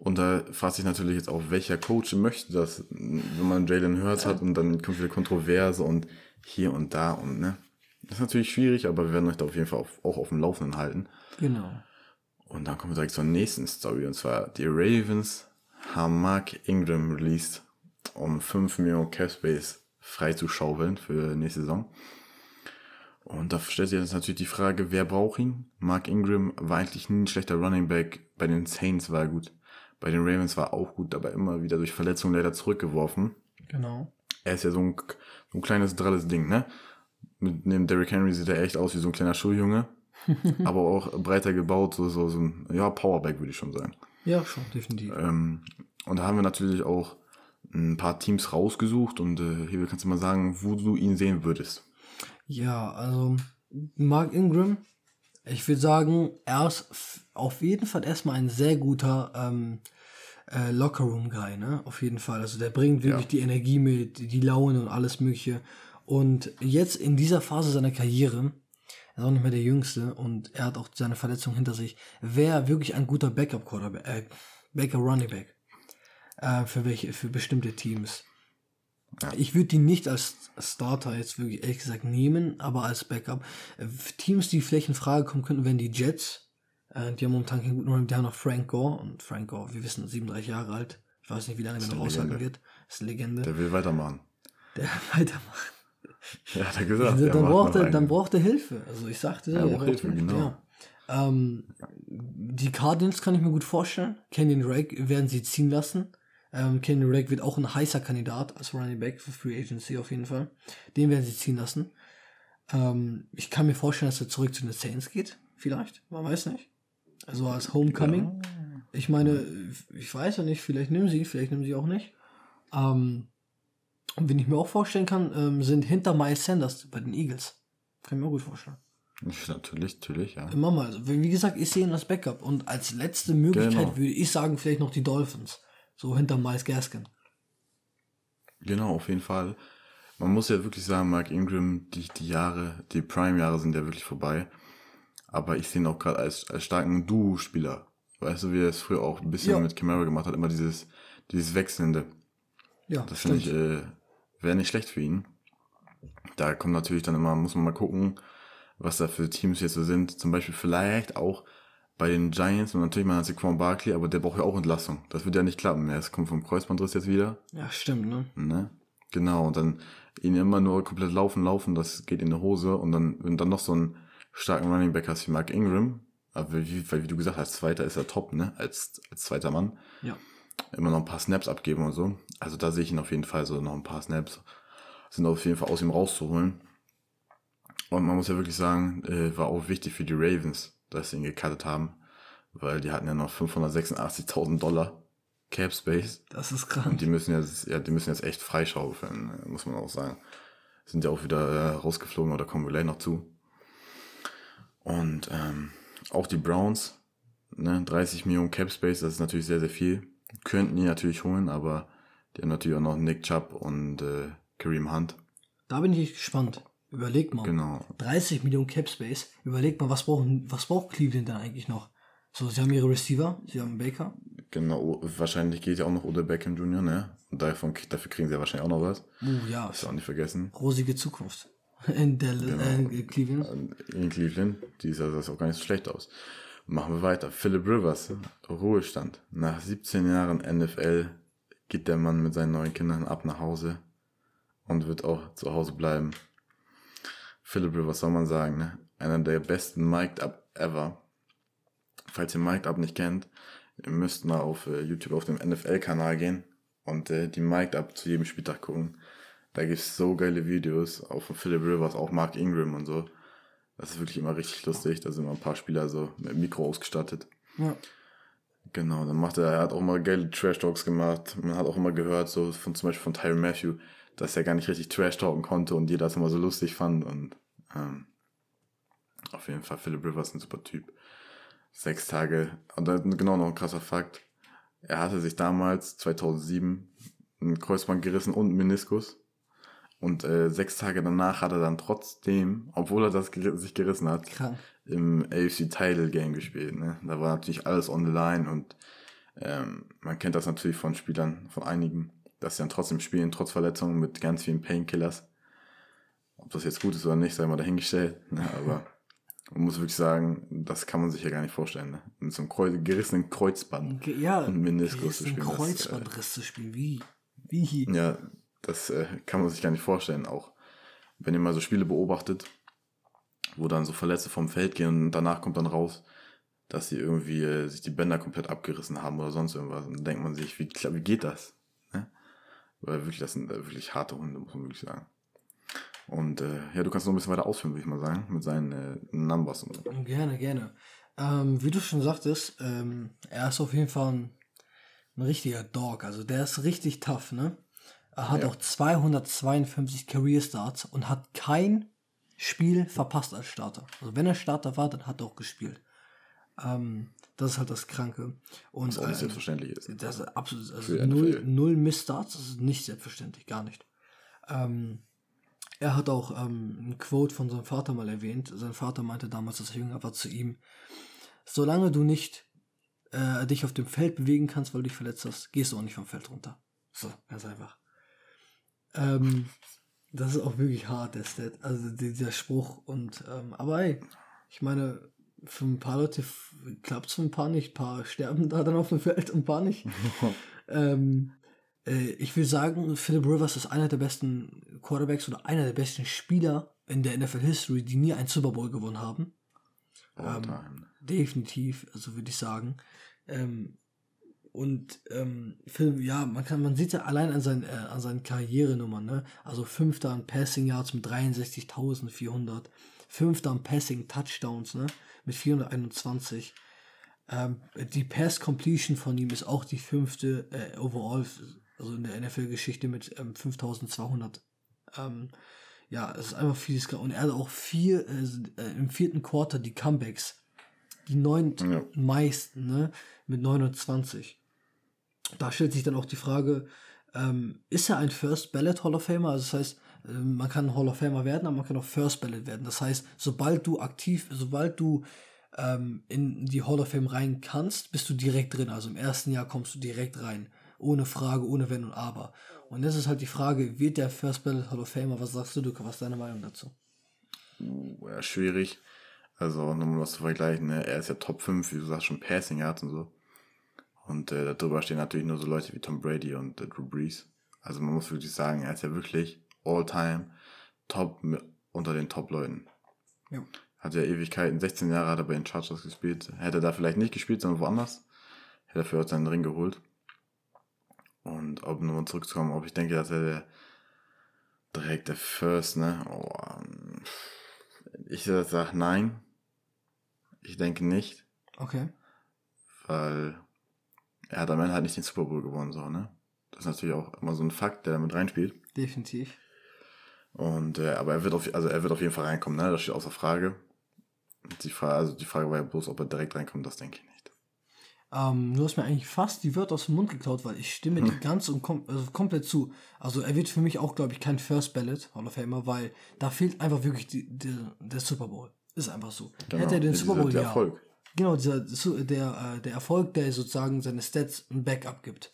Und da fragt sich natürlich jetzt auch, welcher Coach möchte das, wenn man Jalen Hurts hat und dann kommt wieder Kontroverse und hier und da und ne. Das ist natürlich schwierig, aber wir werden euch da auf jeden Fall auf, auch auf dem Laufenden halten. Genau. Und dann kommen wir direkt zur nächsten Story, und zwar die Ravens haben Mark Ingram released, um fünf Millionen Cap Space freizuschaufeln für nächste Saison. Und da stellt sich jetzt natürlich die Frage, wer braucht ihn? Mark Ingram war eigentlich nie ein schlechter Running Back, bei den Saints war er gut. Bei den Ravens war er auch gut, aber immer wieder durch Verletzungen leider zurückgeworfen. Genau. Er ist ja so ein, so ein kleines, dralles Ding, ne? Mit neben Derrick Henry sieht er echt aus wie so ein kleiner Schuljunge. Aber auch breiter gebaut, so, so, so ein, ja, Powerback würde ich schon sagen. Ja, schon, definitiv. Ähm, und da haben wir natürlich auch ein paar Teams rausgesucht und äh, hier kannst du mal sagen, wo du ihn sehen würdest. Ja, also Mark Ingram, ich würde sagen, er ist f- auf jeden Fall erstmal ein sehr guter ähm, äh, Lockerroom-Guy, ne? Auf jeden Fall. Also der bringt wirklich Ja. die Energie mit, die Laune und alles Mögliche. Und jetzt in dieser Phase seiner Karriere, er ist auch nicht mehr der Jüngste und er hat auch seine Verletzung hinter sich, wäre wirklich ein guter Backup-Quarterback, äh, Backup-Running-Back äh, für welche, für bestimmte Teams. Ja. Ich würde ihn nicht als Starter jetzt wirklich ehrlich gesagt nehmen, aber als Backup. Äh, Teams, die vielleicht in Frage kommen könnten, wären die Jets. Äh, die haben momentan keinen guten Running, die haben noch Frank Gore und Frank Gore, wir wissen, siebenunddreißig Jahre alt. Ich weiß nicht, wie lange der noch eine aushalten Legende. wird. Ist eine Legende. Der will weitermachen. Der weitermacht. Ja, hat er gesagt. Also, er dann, macht braucht noch er, dann einen. braucht er Hilfe. Also ich sagte, Er braucht Hilfe, genau. Ja. Ähm, die Cardinals kann ich mir gut vorstellen. Kenyon Drake werden sie ziehen lassen. Ähm, Kenyon Drake wird auch ein heißer Kandidat als Running Back für Free Agency auf jeden Fall. Den werden sie ziehen lassen. Ähm, ich kann mir vorstellen, dass er zurück zu den Saints geht. Vielleicht, man weiß nicht. Also als Homecoming. Ich meine, ich weiß ja nicht, vielleicht nehmen sie, vielleicht nehmen sie auch nicht. Ähm, und wenn ich mir auch vorstellen kann, ähm, sind hinter Miles Sanders bei den Eagles. Kann ich mir auch gut vorstellen. Natürlich, natürlich, ja. Immer mal. Also, wie gesagt, ich sehe ihn als Backup. Und als letzte Möglichkeit Genau. würde ich sagen, vielleicht noch die Dolphins. So hinter Miles Gaskin. Genau, auf jeden Fall. Man muss ja wirklich sagen, Mark Ingram, die, die Jahre, die Prime-Jahre sind ja wirklich vorbei. Aber ich sehe ihn auch gerade als, als starken Duo-Spieler. Weißt du, wie er es früher auch ein bisschen Ja. mit Kamara gemacht hat, immer dieses, dieses Wechselnde. Ja, Das finde ich, äh, wäre nicht schlecht für ihn. Da kommt natürlich dann immer, muss man mal gucken, was da für Teams jetzt so sind. Zum Beispiel vielleicht auch bei den Giants und natürlich mal Saquon Barkley, aber der braucht ja auch Entlassung. Das wird ja nicht klappen mehr. Es kommt vom Kreuzbandriss jetzt wieder. Ja, stimmt, ne? Ne? Genau, und dann ihn immer nur komplett laufen, laufen, das geht in die Hose. Und dann, wenn du dann noch so einen starken Running Back hast wie Mark Ingram, aber wie, weil wie du gesagt hast, als Zweiter ist er top, ne? Als, als zweiter Mann. Ja. Immer noch ein paar Snaps abgeben und so. Also da sehe ich ihn auf jeden Fall so noch ein paar Snaps. Sind auf jeden Fall aus ihm rauszuholen. Und man muss ja wirklich sagen, äh, war auch wichtig für die Ravens, dass sie ihn gecuttet haben. Weil die hatten ja noch fünfhundertsechsundachtzigtausend Dollar Cap Space. Das ist krank. Und die müssen jetzt, ja, die müssen jetzt echt freischaufeln, muss man auch sagen. Sind ja auch wieder äh, rausgeflogen, oder kommen wir gleich noch zu. Und ähm, auch die Browns, ne, dreißig Millionen Cap Space, das ist natürlich sehr, sehr viel. Könnten die natürlich holen, aber die haben natürlich auch noch Nick Chubb und äh, Kareem Hunt. Da bin ich gespannt. Überleg mal. Genau. dreißig Millionen Cap Space. Überleg mal, was brauchen, was braucht Cleveland dann eigentlich noch? So, sie haben ihre Receiver, sie haben Baker. Genau, wahrscheinlich geht ja auch noch Odell Beckham Junior, ne? Und davon, dafür kriegen sie ja wahrscheinlich auch noch was. Uh, ja. Das ist auch nicht vergessen. Rosige Zukunft. In Dallas, Genau. äh, in Cleveland. In Cleveland, die ist also das auch gar nicht so schlecht aus. Machen wir weiter. Philip Rivers, Ruhestand. Nach siebzehn Jahren N F L geht der Mann mit seinen neuen Kindern ab nach Hause und wird auch zu Hause bleiben. Philip Rivers, soll man sagen, ne? Einer der besten Mic'd Up ever. Falls ihr Mic'd Up nicht kennt, ihr müsst mal auf äh, YouTube auf dem N F L-Kanal gehen und äh, die Mic'd Up zu jedem Spieltag gucken. Da gibt's so geile Videos, auch von Philip Rivers, auch Mark Ingram und so. Das ist wirklich immer richtig lustig. Da sind immer ein paar Spieler so mit Mikro ausgestattet. Ja. Genau, dann macht er, er hat auch mal geile Trash-Talks gemacht. Man hat auch immer gehört, so von zum Beispiel von Tyrann Mathieu, dass er gar nicht richtig Trash-Talken konnte und jeder das immer so lustig fand. Und ähm, auf jeden Fall Philip Rivers ein super Typ. Sechs Tage, und dann genau noch ein krasser Fakt. Er hatte sich damals, zweitausendsieben, ein Kreuzband gerissen und einen Meniskus. Und äh, sechs Tage danach hat er dann trotzdem, obwohl er das ger- sich gerissen hat, Krank. im A F C Title Game gespielt. Ne? Da war natürlich alles on the line und ähm, man kennt das natürlich von Spielern, von einigen, dass sie dann trotzdem spielen, trotz Verletzungen mit ganz vielen Painkillers. Ob das jetzt gut ist oder nicht, sei mal dahingestellt. Ne? Aber man muss wirklich sagen, das kann man sich ja gar nicht vorstellen. Ne? Mit so einem Kreuz, gerissenen Kreuzband Ge- Ja, und Meniskus zu ein spielen. Das, äh, Kreuzbandriss zu spielen. Wie? Wie? ja, das äh, kann man sich gar nicht vorstellen. Auch wenn ihr mal so Spiele beobachtet, wo dann so Verletzte vom Feld gehen und danach kommt dann raus, dass sie irgendwie äh, sich die Bänder komplett abgerissen haben oder sonst irgendwas. Und dann denkt man sich, wie, klar, wie geht das? Ne? Weil wirklich, das sind äh, wirklich harte Hunde, muss man wirklich sagen. Und äh, ja, du kannst noch ein bisschen weiter ausführen, würde ich mal sagen, mit seinen äh, Numbers und so. Gerne, gerne. Ähm, wie du schon sagtest, ähm, er ist auf jeden Fall ein, ein richtiger Dog. Also der ist richtig tough, ne? Er hat Ja. auch zweihundertzweiundfünfzig Career Starts und hat kein Spiel verpasst als Starter. Also wenn er Starter war, dann hat er auch gespielt. Ähm, das ist halt das Kranke. Und Was auch nicht ähm, selbstverständlich ist. das ist absolut, also Für die N F null, L. null Missstarts, das ist nicht selbstverständlich, gar nicht. Ähm, er hat auch ähm, ein Quote von seinem Vater mal erwähnt. Sein Vater meinte damals, als er jünger war, zu ihm: Solange du nicht äh, dich auf dem Feld bewegen kannst, weil du dich verletzt hast, gehst du auch nicht vom Feld runter. So, ganz einfach. Ähm, das ist auch wirklich hart, der Stat, also dieser Spruch. Und ähm, aber ey, ich meine, für ein paar Leute klappt es, für ein paar nicht. Ein paar sterben da dann auf dem Feld und ein paar nicht. ähm, äh, ich will sagen, Philip Rivers ist einer der besten Quarterbacks oder einer der besten Spieler in der N F L History, die nie einen Super Bowl gewonnen haben. All Ähm, time. Definitiv, also würde ich sagen. Ähm, und ähm, Phil, ja, man kann, man sieht ja allein an seinen, äh, an seinen Karrierenummern, ne? Also Fünfter an Passing Yards mit dreiundsechzigtausendvierhundert, Fünfter an Passing Touchdowns, ne? Mit vierhunderteinundzwanzig. Ähm, die Pass Completion von ihm ist auch die fünfte äh, overall, also in der N F L-Geschichte mit ähm, fünftausendzweihundert. Ähm, ja, es ist einfach vieles. Und er hat auch vier, äh, im vierten Quarter die Comebacks. Die neun Ja. meisten, ne? Mit neunundzwanzig. Da stellt sich dann auch die Frage, ähm, ist er ein First Ballot Hall of Famer? Also das heißt, äh, man kann Hall of Famer werden, aber man kann auch First Ballot werden. Das heißt, sobald du aktiv, sobald du ähm, in die Hall of Fame rein kannst, bist du direkt drin. Also im ersten Jahr kommst du direkt rein. Ohne Frage, ohne Wenn und Aber. Und jetzt ist halt die Frage, wird der First Ballot Hall of Famer? Was sagst du, Luca? Was ist deine Meinung dazu? Uh, ja, schwierig. Also, nur um was zu vergleichen, ne? Er ist ja Top fünf, wie du sagst, schon Passing Yards und so. Und äh, darüber stehen natürlich nur so Leute wie Tom Brady und äh, Drew Brees. Also man muss wirklich sagen, er ist ja wirklich all-time top mi- unter den Top-Leuten. Ja. Hat ja Ewigkeiten, sechzehn Jahre hat er bei den Chargers gespielt. Hätte er da vielleicht nicht gespielt, sondern woanders. Hätte er für seinen Ring geholt. Und ob nur zurückzukommen, ob ich denke, dass er der, direkt der First, ne? Oh, ähm, ich sage nein. Ich denke nicht, Okay. weil er hat am Ende halt nicht den Super Bowl gewonnen, so, ne? Das ist natürlich auch immer so ein Fakt, der damit reinspielt. Definitiv. Und, äh, aber er wird auf, also er wird auf jeden Fall reinkommen, ne? Das steht außer Frage. Die Frage, also die Frage war ja bloß, ob er direkt reinkommt, das denke ich nicht. Ähm, du hast mir eigentlich fast die Wörter aus dem Mund geklaut, weil ich stimme dir ganz und kom also komplett zu. Also er wird für mich auch, glaube ich, kein First Ballot Hall of Famer, weil da fehlt einfach wirklich die, die, der Super Bowl. Ist einfach so. Genau. Hätte er den Dieser- Super Bowl, der ja. Erfolg. Genau, dieser, der, äh, der Erfolg, der sozusagen seine Stats ein Backup gibt.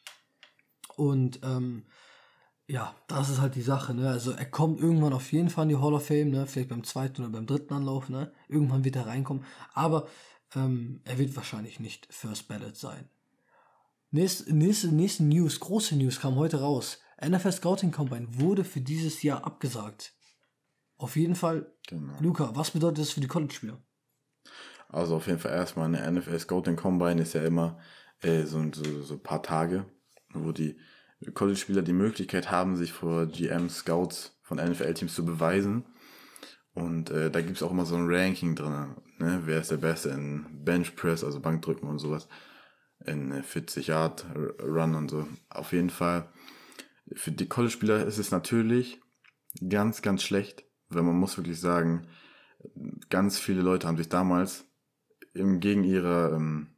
Und ähm, ja, das ist halt die Sache, ne? Also er kommt irgendwann auf jeden Fall in die Hall of Fame, ne? Vielleicht beim zweiten oder beim dritten Anlauf, ne? Irgendwann wird er reinkommen. Aber ähm, er wird wahrscheinlich nicht First Ballot sein. Nächste, nächste, nächste News, große News kam heute raus. N F L Scouting Combine wurde für dieses Jahr abgesagt. Auf jeden Fall, Genau. Luca, was bedeutet das für die College-Spieler? Also auf jeden Fall erstmal eine N F L Scouting Combine ist ja immer äh, so, so, so ein paar Tage, wo die College-Spieler die Möglichkeit haben, sich vor G M Scouts von N F L-Teams zu beweisen. Und äh, da gibt es auch immer so ein Ranking drin, ne? Wer ist der Beste in Bench Press, also Bankdrücken und sowas, in äh, vierzig Yard Run und so. Auf jeden Fall, für die College-Spieler ist es natürlich ganz, ganz schlecht, weil man muss wirklich sagen, ganz viele Leute haben sich damals im, gegen ihre, ähm,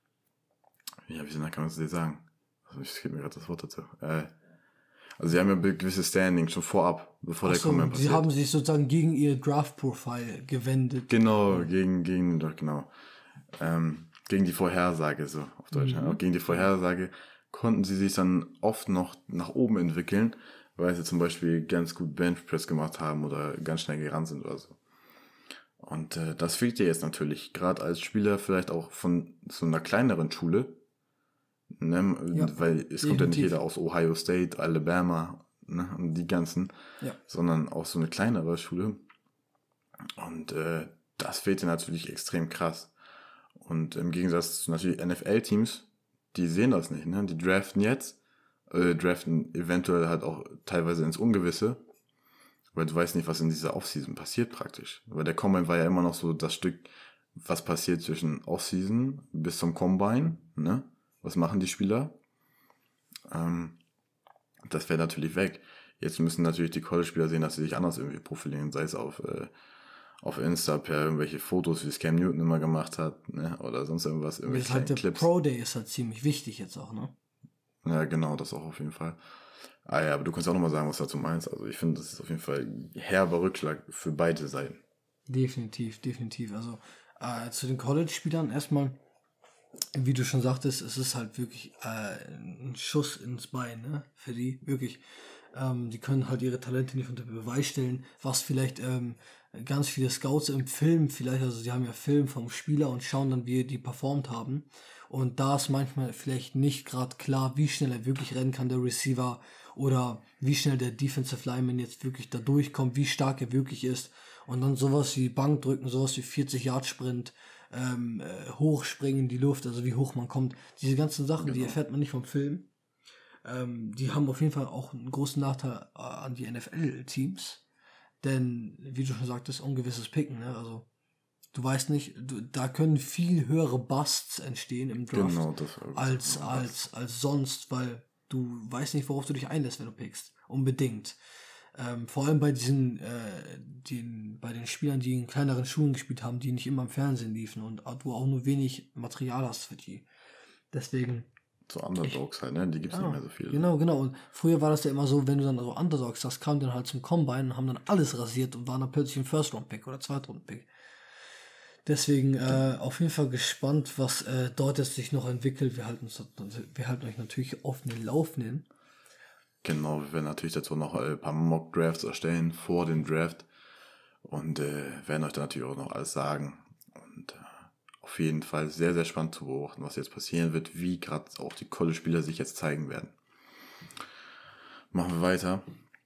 ja, wie kann man das dir sagen? Also, ich gebe mir gerade das Wort dazu. Äh, also sie haben ja gewisse Standing schon vorab, bevor der Achso, Combine sie passiert. haben sich sozusagen gegen ihr Draft-Profile gewendet. Genau, gegen, gegen, doch, genau. Ähm, gegen die Vorhersage, so auf Deutsch, mhm. auch gegen die Vorhersage konnten sie sich dann oft noch nach oben entwickeln, weil sie zum Beispiel ganz gut Benchpress gemacht haben oder ganz schnell gerannt sind oder so. Und äh, das fehlt dir jetzt natürlich, gerade als Spieler vielleicht auch von so einer kleineren Schule, ne? Ja, weil es definitiv. Kommt ja nicht jeder aus Ohio State, Alabama, ne? Und die ganzen, ja. sondern auch so eine kleinere Schule. Und äh, das fehlt dir natürlich extrem krass. Und im Gegensatz zu natürlich N F L-Teams, die sehen das nicht, ne? Die draften jetzt, äh, draften eventuell halt auch teilweise ins Ungewisse, weil du weißt nicht, was in dieser Offseason passiert praktisch. Weil der Combine war ja immer noch so das Stück, was passiert zwischen Offseason bis zum Combine, ne? Was machen die Spieler? Ähm, das wäre natürlich weg. Jetzt müssen natürlich die College-Spieler sehen, dass sie sich anders irgendwie profilieren, sei es auf, äh, auf Insta per irgendwelche Fotos, wie es Cam Newton immer gemacht hat, ne? Oder sonst irgendwas, irgendwelche halt der Clips. Pro Day ist halt ziemlich wichtig jetzt auch, ne? Ja, genau, das auch auf jeden Fall. Ah ja, aber du kannst auch nochmal sagen, was du dazu meinst. Also ich finde, das ist auf jeden Fall ein herber Rückschlag für beide Seiten. Definitiv, definitiv. Also äh, zu den College-Spielern erstmal, wie du schon sagtest, es ist halt wirklich äh, ein Schuss ins Bein, ne? Für die, wirklich. Ähm, die können halt ihre Talente nicht unter Beweis stellen, was vielleicht ähm, ganz viele Scouts im Film vielleicht, also sie haben ja Film vom Spieler und schauen dann, wie die performt haben. Und da ist manchmal vielleicht nicht gerade klar, wie schnell er wirklich rennen kann, der Receiver, oder wie schnell der Defensive Lineman jetzt wirklich da durchkommt, wie stark er wirklich ist. Und dann sowas wie Bankdrücken, sowas wie vierzig Yard Sprint, ähm, äh, hochspringen in die Luft, also wie hoch man kommt. Diese ganzen Sachen, genau. Die erfährt man nicht vom Film. Ähm, die haben auf jeden Fall auch einen großen Nachteil äh, an die N F L-Teams. Denn, wie du schon sagtest, ungewisses Picken, ne? Also du weißt nicht, du, da können viel höhere Busts entstehen im Draft genau, das als, als, als sonst, weil du weißt nicht, worauf du dich einlässt, wenn du pickst. Unbedingt. Ähm, vor allem bei diesen, äh, den, bei den Spielern, die in kleineren Schulen gespielt haben, die nicht immer im Fernsehen liefen und du auch nur wenig Material hast für die. Deswegen. So Underdogs ich, halt, ne? Die gibt's ja, nicht mehr so viele. Genau, genau. Und früher war das ja immer so, wenn du dann so Underdogs hast, kamen dann halt zum Combine und haben dann alles rasiert und waren dann plötzlich ein First-Round-Pick oder Zweit-Round-Pick. Deswegen äh, auf jeden Fall gespannt, was äh, dort jetzt sich noch entwickelt. Wir halten, uns, wir halten euch natürlich auf den Laufenden. Genau, wir werden natürlich dazu noch ein paar Mock-Drafts erstellen vor dem Draft und äh, werden euch dann natürlich auch noch alles sagen. Und äh, auf jeden Fall sehr, sehr spannend zu beobachten, was jetzt passieren wird, wie gerade auch die College-Spieler sich jetzt zeigen werden. Machen wir weiter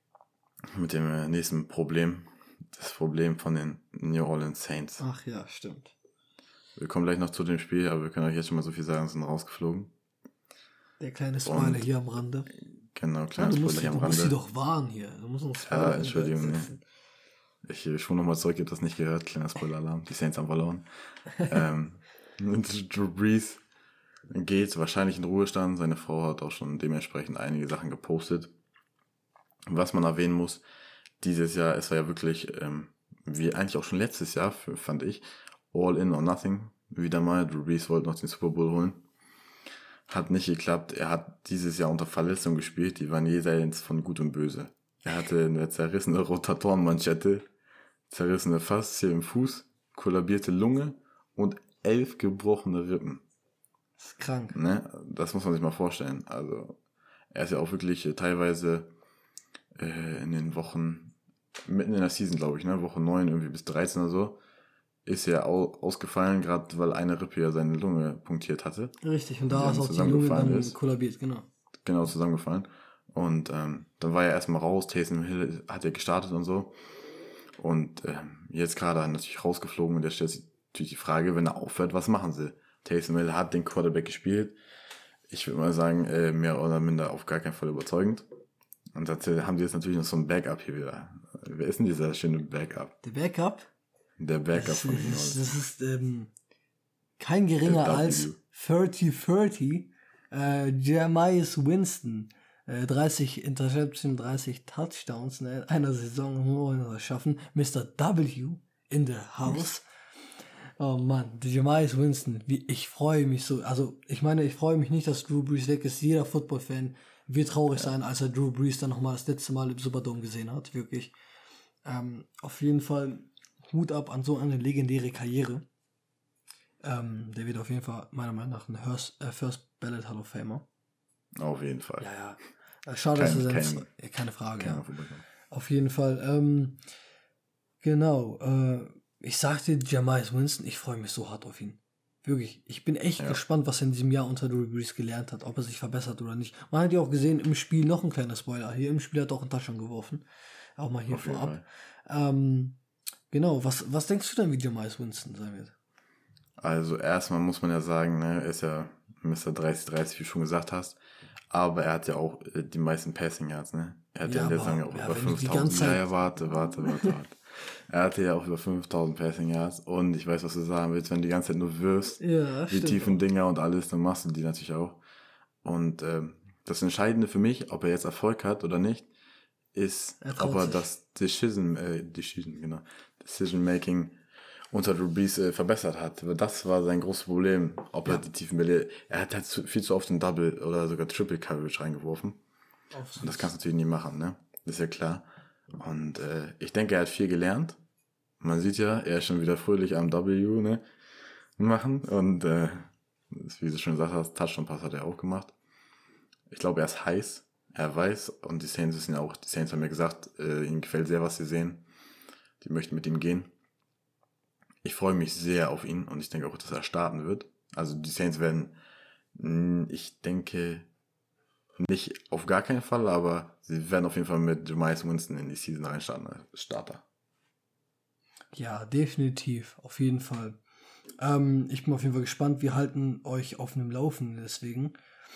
mit dem äh, nächsten Problem. Das Problem von den New Orleans Saints. Ach ja, stimmt. Wir kommen gleich noch zu dem Spiel, aber wir können euch jetzt schon mal so viel sagen, sind rausgeflogen. Der kleine Spoiler hier am Rande. Genau, kleiner ja, Spoiler hier am du Rande. Du musst sie doch warnen hier. Du musst uns ja, Entschuldigung. Nee. Ich, ich schon nochmal zurück, ihr habt das nicht gehört. Kleiner Spoiler-Alarm. Die Saints haben verloren. ähm, Drew Brees geht wahrscheinlich in Ruhestand. Seine Frau hat auch schon dementsprechend einige Sachen gepostet. Was man erwähnen muss, dieses Jahr, es war ja wirklich, ähm, wie eigentlich auch schon letztes Jahr, fand ich, all in or nothing. Wieder mal, Drew Brees wollte noch den Super Bowl holen. Hat nicht geklappt. Er hat dieses Jahr unter Verletzung gespielt. Die waren jenseits von Gut und Böse. Er hatte eine zerrissene Rotatorenmanschette, zerrissene Faszie im Fuß, kollabierte Lunge und elf gebrochene Rippen. Das ist krank. Ne? Das muss man sich mal vorstellen. Also, er ist ja auch wirklich äh, teilweise äh, in den Wochen mitten in der Season, glaube ich, ne, Woche neun irgendwie bis dreizehn oder so, ist er au- ausgefallen, gerade weil eine Rippe ja seine Lunge punktiert hatte. Richtig, und da ist auch die Lunge dann ist. kollabiert, genau. Genau, zusammengefallen. Und ähm, dann war er erstmal raus, Taysom Hill hat ja gestartet und so. Und ähm, jetzt gerade natürlich rausgeflogen und da stellt sich natürlich die Frage, wenn er aufhört, was machen sie? Taysom Hill hat den Quarterback gespielt. Ich würde mal sagen, äh, mehr oder minder auf gar keinen Fall überzeugend. Und dazu haben sie jetzt natürlich noch so ein Backup hier wieder. Wer ist denn dieser schöne Backup? Der Backup? Der Backup das von den ist, Das ist ähm, kein geringer als dreißig dreißig äh, Jameis Winston. Äh, dreißig Interception, dreißig Touchdowns in einer Saison nur schaffen. Mister W in the house. Oh Mann, Jameis Winston. Wie, ich freue mich so. Also ich meine, ich freue mich nicht, dass Drew Brees weg ist. Jeder Football-Fan wird traurig ja. sein, als er Drew Brees dann nochmal das letzte Mal im Superdome gesehen hat, wirklich. Ähm, auf jeden Fall Hut ab an so eine legendäre Karriere. Ähm, der wird auf jeden Fall meiner Meinung nach ein First, äh, First Ballot Hall of Famer. Auf jeden Fall. Ja, ja. Äh, Schade, dass Kein- er kein- seine, ja, keine Frage, Keiner ja. vorbeikommen. Auf jeden Fall. Ähm, genau. Äh, ich sagte Jameis Winston, ich freue mich so hart auf ihn. Wirklich. Ich bin echt Ja. gespannt, was er in diesem Jahr unter Drew Brees gelernt hat, ob er sich verbessert oder nicht. Man hat ja auch gesehen, im Spiel noch ein kleiner Spoiler. Hier im Spiel hat er auch einen Touchdown geworfen. Auch mal hier Auf jeden vorab. Ähm, genau. Was, was denkst du denn, wie Jameis Winston sein wird? Also erstmal muss man ja sagen, ne, er ist ja Mister dreißig dreißig, wie du schon gesagt hast. Aber er hat ja auch äh, die meisten Passing Yards, ne? Er hat ja, Ja, in der aber- Saison auch ja, über wenn du die fünftausend. ganze Ja, Zeit- ja, warte, warte, warte, warte. Er hatte ja auch über fünftausend Passing Yards. Und ich weiß, was du sagen willst, wenn du die ganze Zeit nur wirfst, Ja, die tiefen Dinger und alles, dann machst du die natürlich auch. Und ähm, das Entscheidende für mich, ob er jetzt Erfolg hat oder nicht, ist, Er traut ob er sich. das Decision, äh, Decision, genau, Decision Making unter Drew Brees äh, verbessert hat. Weil das war sein großes Problem, ob Ja. er die tiefen Bälle, er hat halt zu, viel zu oft ein Double oder sogar Triple Coverage reingeworfen. Und das kannst du natürlich nie machen, ne? Das ist ja klar. Und äh, ich denke, er hat viel gelernt. Man sieht ja, er ist schon wieder fröhlich am W, ne? Machen. Und äh, wie du schon gesagt hast, Touchdown-Pass hat er auch gemacht. Ich glaube, er ist heiß. Er weiß. Und die Saints wissen ja auch, die Saints haben mir gesagt, äh, ihnen gefällt sehr, was sie sehen. Die möchten mit ihm gehen. Ich freue mich sehr auf ihn und ich denke auch, dass er starten wird. Also die Saints werden, mh, ich denke, nicht auf gar keinen Fall, aber sie werden auf jeden Fall mit Jameis Winston in die Season reinstarten als Starter. Ja, definitiv, auf jeden Fall. Ähm, ich bin auf jeden Fall gespannt. Wir halten euch auf dem Laufenden deswegen.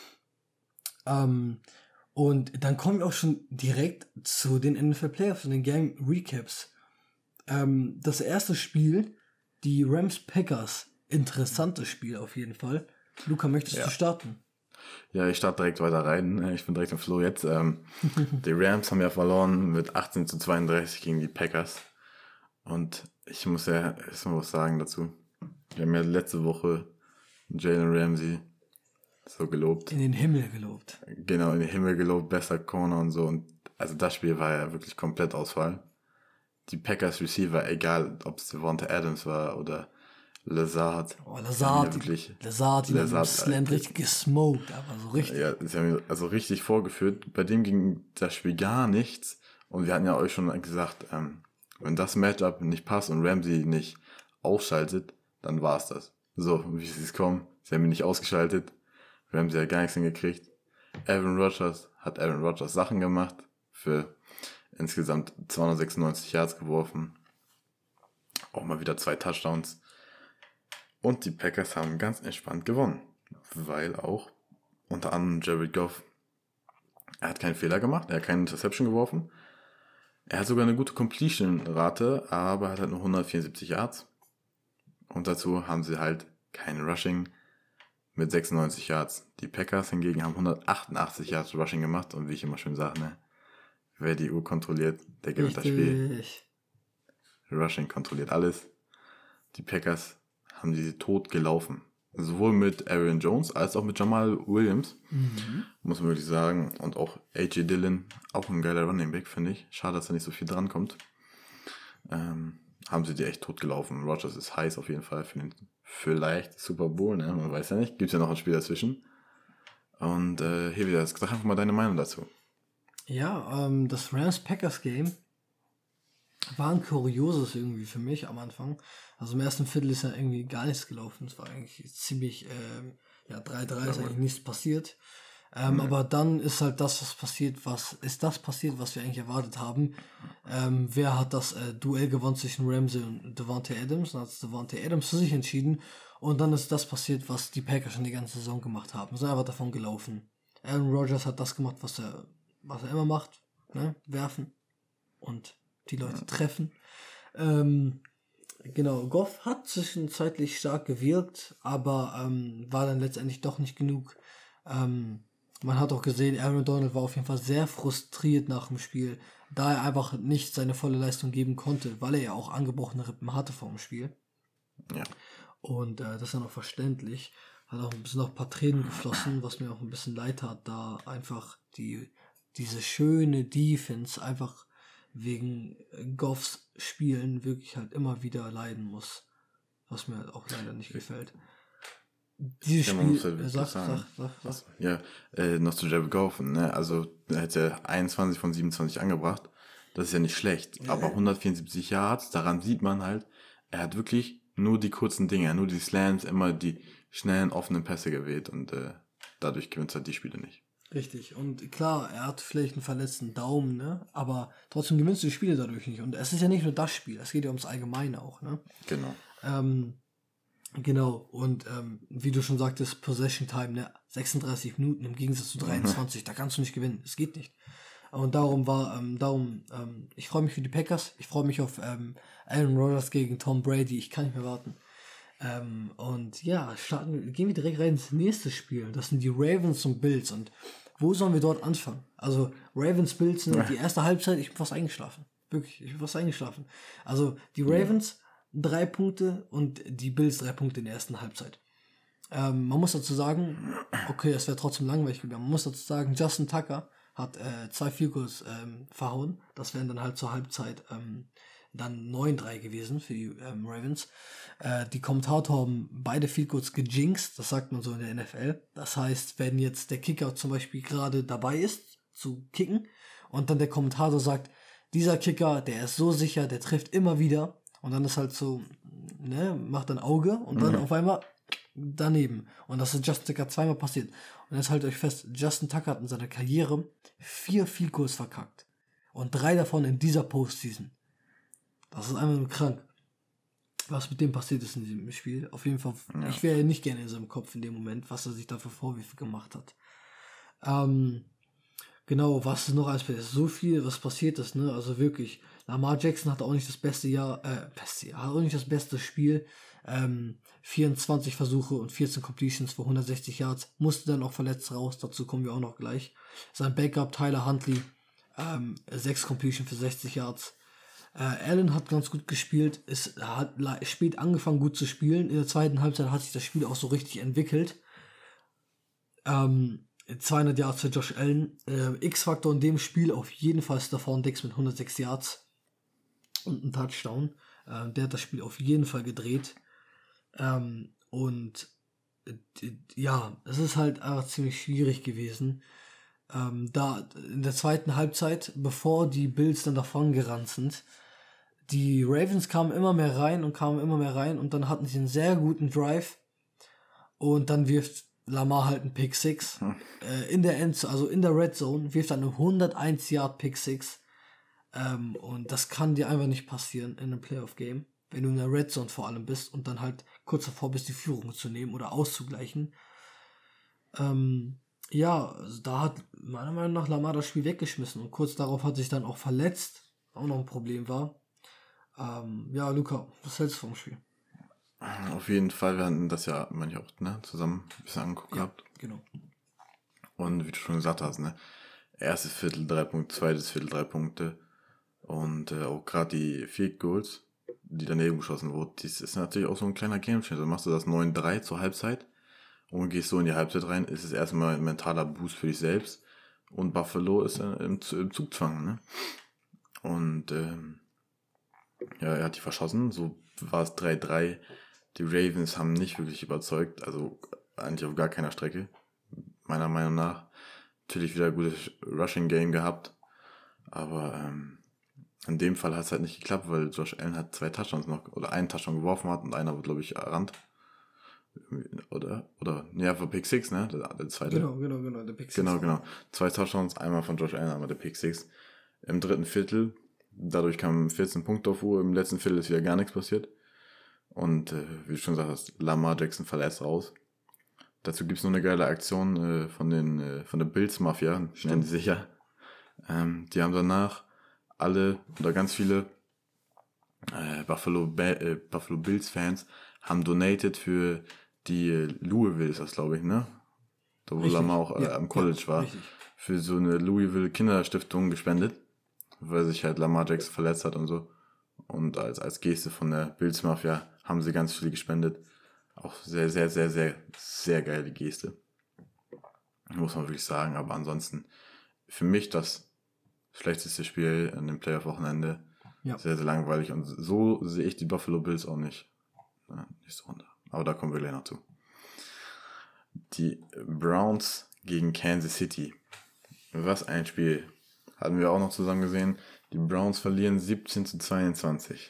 Ähm, und dann kommen wir auch schon direkt zu den N F L Playoffs und den Game Recaps. Ähm, das erste Spiel, die Rams Packers. Interessantes Spiel auf jeden Fall. Luca, möchtest Ja. du starten? Ja, ich starte direkt weiter rein. Ich bin direkt im Flow jetzt. Ähm, die Rams haben ja verloren mit achtzehn zu zweiunddreißig gegen die Packers. Und ich muss ja erstmal was sagen dazu. Wir haben ja letzte Woche Jalen Ramsey so gelobt. In den Himmel gelobt. Genau, in den Himmel gelobt, besser Corner und so. Und also das Spiel war ja wirklich komplett Ausfall. Die Packers Receiver, egal ob es Devonta Adams war oder Lazard. Oh, die haben Lazard, ja wirklich, Lazard, die mit dem Lazard, Slant äh, richtig gesmoked, aber so richtig. ja, sie haben also richtig vorgeführt. Bei dem ging das Spiel gar nichts. Und wir hatten ja euch schon gesagt, ähm, wenn das Matchup nicht passt und Ramsey nicht ausschaltet, dann war's das. So, wie sie es kommen, sie haben ihn nicht ausgeschaltet. Ramsey hat gar nichts hingekriegt. Aaron Rodgers hat Aaron Rodgers Sachen gemacht, für insgesamt zweihundertsechsundneunzig Yards geworfen. Auch mal wieder zwei Touchdowns. Und die Packers haben ganz entspannt gewonnen. Weil auch unter anderem Jared Goff, er hat keinen Fehler gemacht, er hat keine Interception geworfen. Er hat sogar eine gute Completion-Rate, aber hat halt nur hundertvierundsiebzig Yards. Und dazu haben sie halt kein Rushing mit sechsundneunzig Yards. Die Packers hingegen haben hundertachtundachtzig Yards Rushing gemacht. Und wie ich immer schön sage, ne, wer die Uhr kontrolliert, der gewinnt das Spiel. Richtig. Rushing kontrolliert alles. Die Packers haben sie tot gelaufen. Sowohl mit Aaron Jones als auch mit Jamal Williams. Mhm. Muss man wirklich sagen. Und auch A J Dillon, auch ein geiler Running Back, finde ich. Schade, dass da nicht so viel drankommt. Ähm, haben sie die echt tot gelaufen. Rodgers ist heiß auf jeden Fall für den vielleicht Super Bowl, ne? Man weiß ja nicht. Gibt ja noch ein Spiel dazwischen. Und äh, hier wieder, sag einfach mal deine Meinung dazu. Ja, ähm, das Rams-Packers-Game war ein kurioses irgendwie für mich am Anfang. Also im ersten Viertel ist ja irgendwie gar nichts gelaufen. Es war eigentlich ziemlich, ähm, ja, drei drei ist eigentlich nichts passiert. Ähm, aber dann ist halt das, was passiert, was ist das passiert, was wir eigentlich erwartet haben. Ähm, wer hat das äh, Duell gewonnen zwischen Ramsey und Devonta Adams? Dann hat es Devonta Adams für sich entschieden. Und dann ist das passiert, was die Packers schon die ganze Saison gemacht haben. Sind einfach davon gelaufen. Aaron Rodgers hat das gemacht, was er, was er immer macht. Ne? Werfen. Und die Leute treffen. Ähm, genau, Goff hat zwischenzeitlich stark gewirkt, aber ähm, war dann letztendlich doch nicht genug. Ähm, man hat auch gesehen, Aaron Donald war auf jeden Fall sehr frustriert nach dem Spiel, da er einfach nicht seine volle Leistung geben konnte, weil er ja auch angebrochene Rippen hatte vor dem Spiel. Ja. Und äh, das ist dann auch verständlich. Hat auch ein bisschen noch ein paar Tränen geflossen, was mir auch ein bisschen leid hat, da einfach die diese schöne Defense einfach wegen Goffs Spielen wirklich halt immer wieder leiden muss. was mir auch leider nicht gefällt. Dieses Ja, man muss Spiel, halt äh, wirklich sag, sagen. sag, sag, sag. Ja, äh, noch zu Jared Goff, ne? Also, er hat ja einundzwanzig von siebenundzwanzig angebracht. Das ist ja nicht schlecht. Aber hundertvierundsiebzig Yards, daran sieht man halt, er hat wirklich nur die kurzen Dinger, nur die Slants, immer die schnellen, offenen Pässe gewählt und äh, dadurch gewinnt halt die Spiele nicht. Richtig. Und klar, er hat vielleicht einen verletzten Daumen, ne? Aber trotzdem gewinnst du die Spiele dadurch nicht. Und es ist ja nicht nur das Spiel, es geht ja ums Allgemeine auch, ne? Genau. Ähm, genau. Und ähm, wie du schon sagtest, Possession Time, ne? sechsunddreißig Minuten im Gegensatz zu dreiundzwanzig, mhm. da kannst du nicht gewinnen. Es geht nicht. Und darum war, ähm, darum, ähm, ich freue mich für die Packers. Ich freue mich auf ähm, Aaron Rodgers gegen Tom Brady. Ich kann nicht mehr warten. Ähm, und ja, starten, gehen wir direkt rein ins nächste Spiel. Das sind die Ravens und Bills. Und wo sollen wir dort anfangen? Also Ravens, Bills, ne, die erste Halbzeit, ich bin fast eingeschlafen. Wirklich, ich bin fast eingeschlafen. Also die Ravens ja. drei Punkte und die Bills drei Punkte in der ersten Halbzeit. Ähm, man muss dazu sagen, okay, es wäre trotzdem langweilig gegangen. Man muss dazu sagen, Justin Tucker hat äh, zwei Field Goals ähm, verhauen. Das wären dann halt zur Halbzeit ähm, dann neun drei gewesen für die ähm, Ravens. Äh, die Kommentatoren haben beide Field Goals gejinxt, das sagt man so in der N F L. Das heißt, wenn jetzt der Kicker zum Beispiel gerade dabei ist, zu kicken, und dann der Kommentator sagt, dieser Kicker, der ist so sicher, der trifft immer wieder, und dann ist halt so, ne, macht ein Auge, und dann mhm. auf einmal daneben. Und das ist Justin Tucker zweimal passiert. Und jetzt haltet euch fest, Justin Tucker hat in seiner Karriere vier Field Goals verkackt. Und drei davon in dieser Postseason. Das ist einfach nur krank. Was mit dem passiert ist in diesem Spiel. Auf jeden Fall, ja. Ich wäre nicht gerne in seinem Kopf in dem Moment, was er sich da für Vorwürfe gemacht hat. Ähm, genau, was ist noch alles passiert? So viel, was passiert ist, ne? Also wirklich, Lamar Jackson hatte auch nicht das beste Jahr, äh, beste Jahr, auch nicht das beste Spiel. Ähm, vierundzwanzig Versuche und vierzehn Completions für hundertsechzig Yards, musste dann auch verletzt raus, dazu kommen wir auch noch gleich. Sein Backup Tyler Huntley, ähm, sechs Completion für sechzig Yards. Äh, Allen hat ganz gut gespielt, ist, hat spät angefangen gut zu spielen, in der zweiten Halbzeit hat sich das Spiel auch so richtig entwickelt. Ähm, zweihundert Yards für Josh Allen, äh, X-Faktor in dem Spiel auf jeden Fall Stephon Diggs mit hundertsechs Yards und ein Touchdown. Äh, der hat das Spiel auf jeden Fall gedreht. Ähm, und äh, ja, es ist halt einfach ziemlich schwierig gewesen. Ähm, da in der zweiten Halbzeit, bevor die Bills dann davon gerannt sind, die Ravens kamen immer mehr rein und kamen immer mehr rein und dann hatten sie einen sehr guten Drive und dann wirft Lamar halt einen Pick Six hm. äh, in der End, also in der Red Zone, wirft dann einen hunderteins Yard Pick Six ähm, und das kann dir einfach nicht passieren in einem Playoff-Game, wenn du in der Red Zone vor allem bist und dann halt kurz davor bist, die Führung zu nehmen oder auszugleichen. Ähm, ja, also da hat meiner Meinung nach Lamar das Spiel weggeschmissen und kurz darauf hat sich dann auch verletzt, auch noch ein Problem war. Ähm, ja, Luca, was hältst du vom Spiel? Auf jeden Fall, wir hatten das ja, meine ich auch, ne, zusammen ein bisschen angeguckt ja, gehabt. Genau. Und wie du schon gesagt hast, ne, erstes Viertel drei Punkte, zweites Viertel drei Punkte und äh, auch gerade die Field Goals, die daneben geschossen wurden, das ist natürlich auch so ein kleiner Gamechanger. Also machst du das neun drei zur Halbzeit und gehst so in die Halbzeit rein, ist es erstmal ein mentaler Boost für dich selbst und Buffalo ist äh, im, im Zugzwang, ne? Und ähm, ja, er hat die verschossen, so war es drei drei. Die Ravens haben nicht wirklich überzeugt, also eigentlich auf gar keiner Strecke, meiner Meinung nach. Natürlich wieder ein gutes Rushing-Game gehabt, aber ähm, in dem Fall hat es halt nicht geklappt, weil Josh Allen hat zwei Touchdowns noch, oder einen Touchdown geworfen hat und einer wird, glaube ich, errannt. Oder, oder, ja, für Pick Six, ne, der, der zweite. Genau, genau, genau, der Pick Six. Genau, genau. Zwei Touchdowns, einmal von Josh Allen, einmal der Pick Six. Im dritten Viertel, dadurch kamen vierzehn Punkte auf Uhr, im letzten Viertel ist wieder gar nichts passiert. Und äh, wie du schon gesagt hast, Lamar Jackson verlässt raus. Dazu gibt's noch eine geile Aktion äh, von den äh, von der Bills Mafia, nennen die sich ja. Ähm, die haben danach alle oder ganz viele äh, Buffalo, ba- äh, Buffalo Bills Fans haben donated für die äh, Louisville, ist das glaube ich, ne? Da wo richtig. Lamar auch äh, ja, am College ja, war. Richtig. Für so eine Louisville Kinderstiftung gespendet, weil sich halt Lamar Jackson verletzt hat und so. Und als, als Geste von der Bills Mafia haben sie ganz viel gespendet. Auch sehr, sehr, sehr, sehr, sehr geile Geste. Muss man wirklich sagen. Aber ansonsten, für mich das schlechteste Spiel an dem Playoff-Wochenende. Ja. Sehr, sehr langweilig. Und so sehe ich die Buffalo Bills auch nicht. nächste Runde. Aber da kommen wir gleich noch zu. Die Browns gegen Kansas City. Was ein Spiel. Hatten wir auch noch zusammen gesehen. Die Browns verlieren siebzehn zu zweiundzwanzig.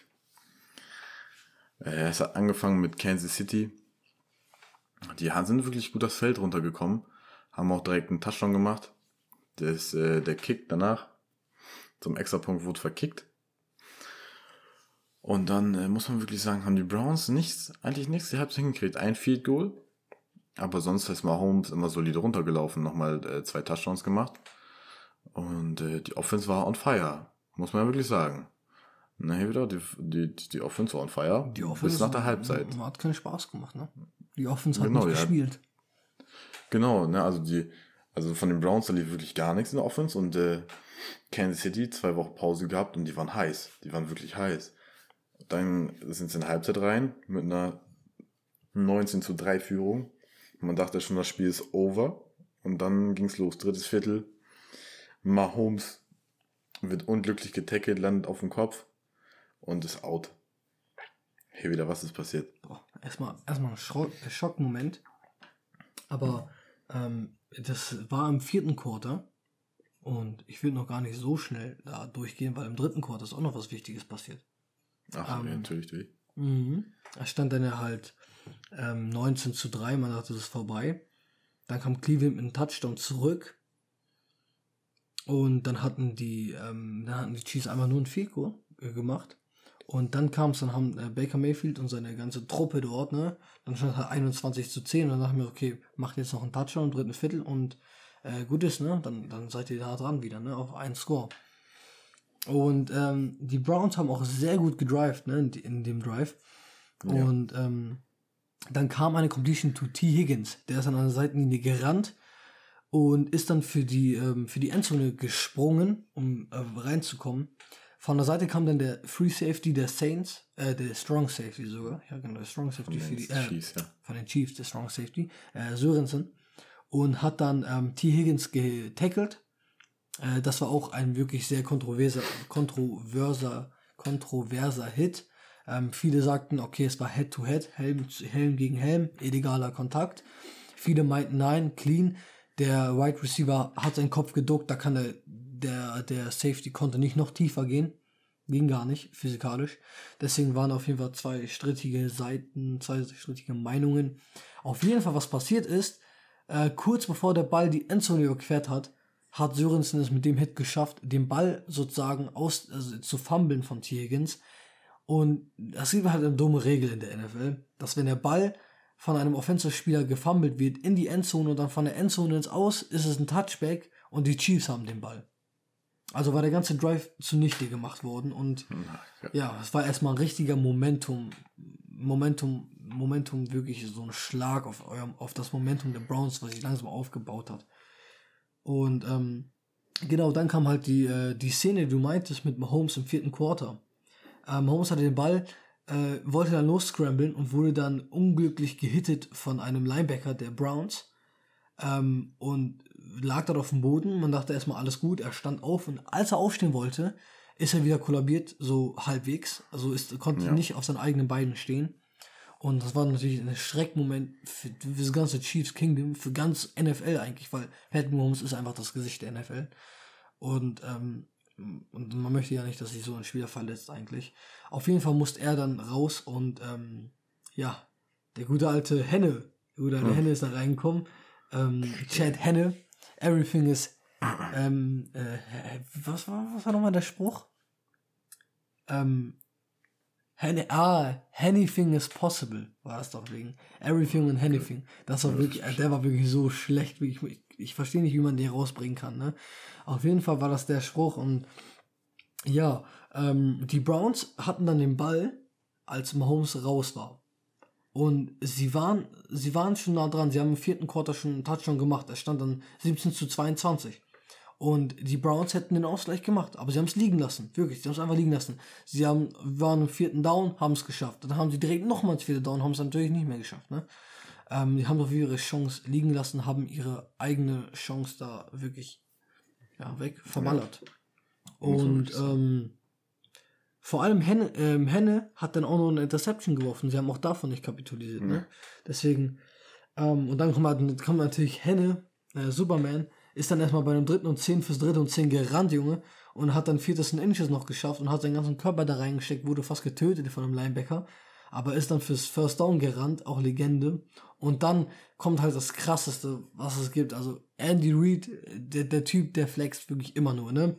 Es hat angefangen mit Kansas City. Die sind wirklich gut das Feld runtergekommen. Haben auch direkt einen Touchdown gemacht. Das, äh, der Kick danach zum Extrapunkt wurde verkickt. Und dann äh, muss man wirklich sagen, haben die Browns nichts, eigentlich nichts, die Halbzeit hingekriegt. Ein Field Goal. Aber sonst ist Mahomes immer solide runtergelaufen. Nochmal äh, zwei Touchdowns gemacht. Und äh, die Offense war on fire. Muss man ja wirklich sagen. Na, hier wieder, die, die, die Offense war on fire. Die Offense bis nach der Halbzeit. Hat keinen Spaß gemacht, ne? Die Offense hat genau, nicht gespielt. Hat, genau, ne, also die, also von den Browns, da lief wirklich gar nichts in der Offense und äh, Kansas City zwei Wochen Pause gehabt und die waren heiß. Die waren wirklich heiß. Dann sind sie in die Halbzeit rein mit einer neunzehn zu drei Führung. Man dachte schon, das Spiel ist over. Und dann ging's los. Drittes Viertel. Mahomes wird unglücklich getackelt, landet auf dem Kopf und ist out. Hey, wieder, was ist passiert? Boah, erstmal, erstmal ein Schro- Schockmoment. Aber ähm, das war im vierten Quarter. Und ich will noch gar nicht so schnell da durchgehen, weil im dritten Quarter ist auch noch was Wichtiges passiert. Ach, ähm, ja, natürlich. natürlich. Mhm. Da stand dann ja halt ähm, neunzehn zu drei, man dachte, das ist vorbei. Dann kam Cleveland mit einem Touchdown zurück. Und dann hatten die, ähm, dann hatten die Chiefs einfach nur ein Field Goal äh, gemacht. Und dann kam es, dann haben äh, Baker Mayfield und seine ganze Truppe dort, ne, dann stand halt einundzwanzig zu zehn und dann dachten wir, okay, macht jetzt noch einen Touchdown im dritten Viertel und äh, gut ist, ne, dann, dann seid ihr da dran wieder, ne, auf einen Score. Und ähm, die Browns haben auch sehr gut gedrived, ne, in, in dem Drive. Ja. Und ähm, dann kam eine Completion to T. Higgins, der ist an der Seitenlinie gerannt und ist dann für die, ähm, für die Endzone gesprungen, um äh, reinzukommen. Von der Seite kam dann der Free Safety der Saints, äh, der Strong Safety sogar, ja genau, der Strong Safety für die, äh, Chiefs, ja. von den Chiefs, der Strong Safety, äh, Sörensen, und hat dann ähm, T. Higgins getackelt. Äh, das war auch ein wirklich sehr kontroverser, kontroverser, kontroverser Hit. Ähm, viele sagten, okay, es war Head-to-Head, Helm, Helm gegen Helm, illegaler Kontakt. Viele meinten, nein, clean. Der Wide Receiver hat seinen Kopf geduckt, da kann der, der, der Safety konnte nicht noch tiefer gehen. Ging gar nicht, physikalisch. Deswegen waren auf jeden Fall zwei strittige Seiten, zwei strittige Meinungen. Auf jeden Fall, was passiert ist, äh, kurz bevor der Ball die Endzone überquert hat, hat Sörensen es mit dem Hit geschafft, den Ball sozusagen aus, also zu fummeln von T. Higgins. Und das ist halt eine dumme Regel in der N F L, dass wenn der Ball von einem Offensive-Spieler gefummelt wird in die Endzone und dann von der Endzone ins Aus, ist es ein Touchback und die Chiefs haben den Ball. Also war der ganze Drive zunichte gemacht worden und ja, ja es war erstmal ein richtiger Momentum, Momentum, Momentum, wirklich so ein Schlag auf, eurem, auf das Momentum der Browns, was sich langsam aufgebaut hat. Und ähm, genau, dann kam halt die, äh, die Szene, die du meintest, mit Mahomes im vierten Quarter. Ähm, Mahomes hatte den Ball, äh, wollte dann losscramblen und wurde dann unglücklich gehittet von einem Linebacker der Browns ähm, und lag dort auf dem Boden. Man dachte erstmal, alles gut, er stand auf und als er aufstehen wollte, ist er wieder kollabiert, so halbwegs. Also ist, konnte ja. nicht auf seinen eigenen Beinen stehen. Und das war natürlich ein Schreckmoment für, für das ganze Chiefs Kingdom, für ganz N F L eigentlich, weil Patrick Mahomes ist einfach das Gesicht der N F L. Und, ähm, und man möchte ja nicht, dass sich so ein Spieler verletzt eigentlich. Auf jeden Fall musste er dann raus und ähm, ja, der gute alte Henne, der gute alte hm. Henne ist da reingekommen. Ähm, Chad Henne, everything is ähm, äh, was war, was war nochmal der Spruch? Ähm, Henny, ah, anything is possible, war das doch wegen. Everything and anything. Das war wirklich, der war wirklich so schlecht, wie ich, ich, ich verstehe nicht, wie man den rausbringen kann, ne? Auf jeden Fall war das der Spruch und ja, ähm, die Browns hatten dann den Ball, als Mahomes raus war. Und sie waren, sie waren schon nah dran, sie haben im vierten Quarter schon einen Touchdown gemacht, es stand dann siebzehn zu zweiundzwanzig. Und die Browns hätten den Ausgleich gemacht, aber sie haben es liegen lassen, wirklich, sie haben es einfach liegen lassen. Sie haben, waren im vierten Down, haben es geschafft. Dann haben sie direkt nochmal ins vierte Down, haben es natürlich nicht mehr geschafft, ne? Ähm, die haben doch ihre Chance liegen lassen, haben ihre eigene Chance da wirklich, ja, weg, verballert. Ja. Und, ähm, Vor allem Henne, ähm, Henne hat dann auch noch eine Interception geworfen. Sie haben auch davon nicht kapituliert. Mhm. Ne? Deswegen, ähm, und dann kommt, halt, kommt natürlich Henne, äh, Superman, ist dann erstmal bei einem dritten und zehn fürs dritte und zehn gerannt, Junge, und hat dann viertes und Inches noch geschafft und hat seinen ganzen Körper da reingesteckt, wurde fast getötet von einem Linebacker, aber ist dann fürs First Down gerannt, auch Legende. Und dann kommt halt das Krasseste, was es gibt. Also Andy Reid, der, der Typ, der flext wirklich immer nur, ne?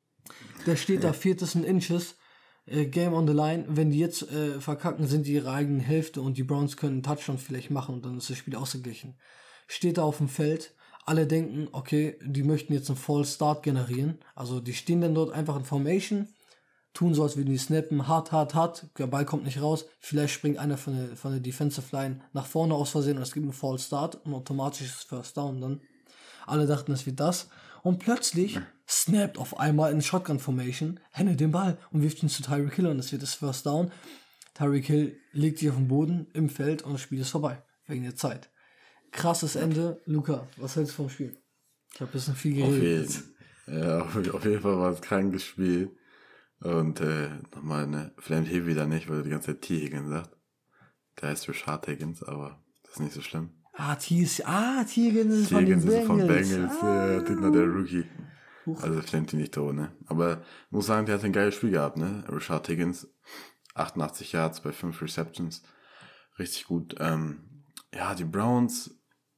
Der steht da viertes und Inches, äh, Game on the line. Wenn die jetzt äh, verkacken, sind die ihre eigenen Hälfte und die Browns können einen Touchdown vielleicht machen und dann ist das Spiel ausgeglichen. Steht da auf dem Feld, alle denken, okay, die möchten jetzt einen False Start generieren. Also die stehen dann dort einfach in Formation, tun so, als würden die snappen, hart, hart, hart, der Ball kommt nicht raus, vielleicht springt einer von der, von der Defensive Line nach vorne aus Versehen und es gibt einen False Start und automatisch ist es First Down dann. Alle dachten, es wird das. Und plötzlich snappt auf einmal in Shotgun Formation Henne den Ball und wirft ihn zu Tyreek Hill und es wird das First Down. Tyreek Hill legt sich auf den Boden im Feld und das Spiel ist vorbei, wegen der Zeit. Krasses Ende. Luca, was hältst du vom Spiel? Ich habe ein bisschen viel geredet. Auf jeden, ja, auf, auf jeden Fall war es ein krankes Spiel. Und äh, nochmal, ne, vielleicht hier wieder nicht, weil er die ganze Zeit T. Higgins sagt. Der heißt Rashard Higgins, aber das ist nicht so schlimm. Ah, T. ist, ah, T. Higgins ist T. von den Higgins ist von Bengals. Bengals, Ah. äh, den der Rookie. Huch. Also klemmt ihn nicht tot, ne. Aber ich muss sagen, der hat ein geiles Spiel gehabt, ne. Rashard Higgins, achtundachtzig Yards bei fünf Receptions. Richtig gut. Ähm, ja, die Browns,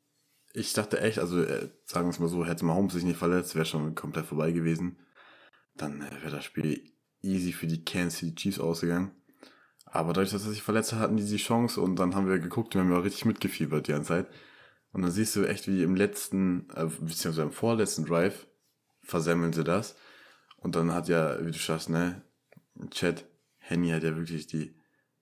ich dachte echt, also äh, sagen wir es mal so, hätte Mahomes sich nicht verletzt, wäre schon komplett vorbei gewesen. Dann äh, wäre das Spiel easy für die Kansas City Chiefs ausgegangen. Aber dadurch, dass er sich verletzt hat, hatten die die Chance und dann haben wir geguckt und wir haben ja richtig mitgefiebert die ganze Zeit. Und dann siehst du echt, wie im letzten, äh, beziehungsweise im vorletzten Drive versemmeln sie das. Und dann hat ja, wie du schaffst, ne, Chad Henne hat ja wirklich die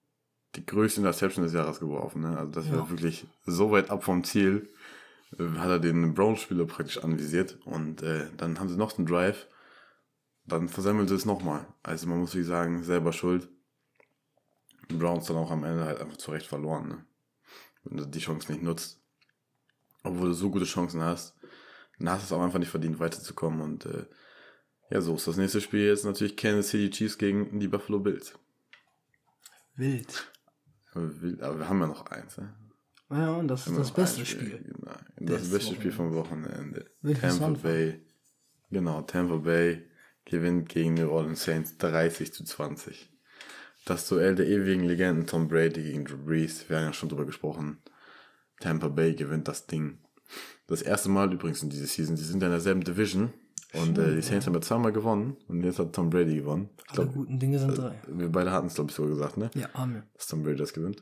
die größte Interception des Jahres geworfen, ne? Also das Ja. war wirklich so weit ab vom Ziel, äh, hat er den Browns-Spieler praktisch anvisiert und äh, dann haben sie noch einen Drive, dann versammeln sie es nochmal. Also man muss wirklich sagen, selber schuld. Die Browns dann auch am Ende halt einfach zu Recht verloren, ne? Wenn du die Chance nicht nutzt, obwohl du so gute Chancen hast, dann hast du es auch einfach nicht verdient, weiterzukommen und äh, ja, so ist das nächste Spiel jetzt natürlich Kansas City Chiefs gegen die Buffalo Bills. Wild. Aber wir haben ja noch eins, ne? Ja, und das ist das noch beste ein Spiel. Genau. Das, Des beste Spiel Wochenende. vom Wochenende. Welches Tampa Anfang? Bay. Genau, Tampa Bay gewinnt gegen New Orleans Saints dreißig zu zwanzig. Das Duell der ewigen Legenden Tom Brady gegen Drew Brees. Wir haben ja schon drüber gesprochen. Tampa Bay gewinnt das Ding. Das erste Mal übrigens in dieser Season. Die sind ja in derselben Division. Und äh, die Saints haben ja zweimal gewonnen. Und jetzt hat Tom Brady gewonnen. Ich Alle glaub, guten Dinge sind drei. wir beide hatten es, glaube ich, so gesagt, ne? Ja, Amen. Dass Tom Brady das gewinnt.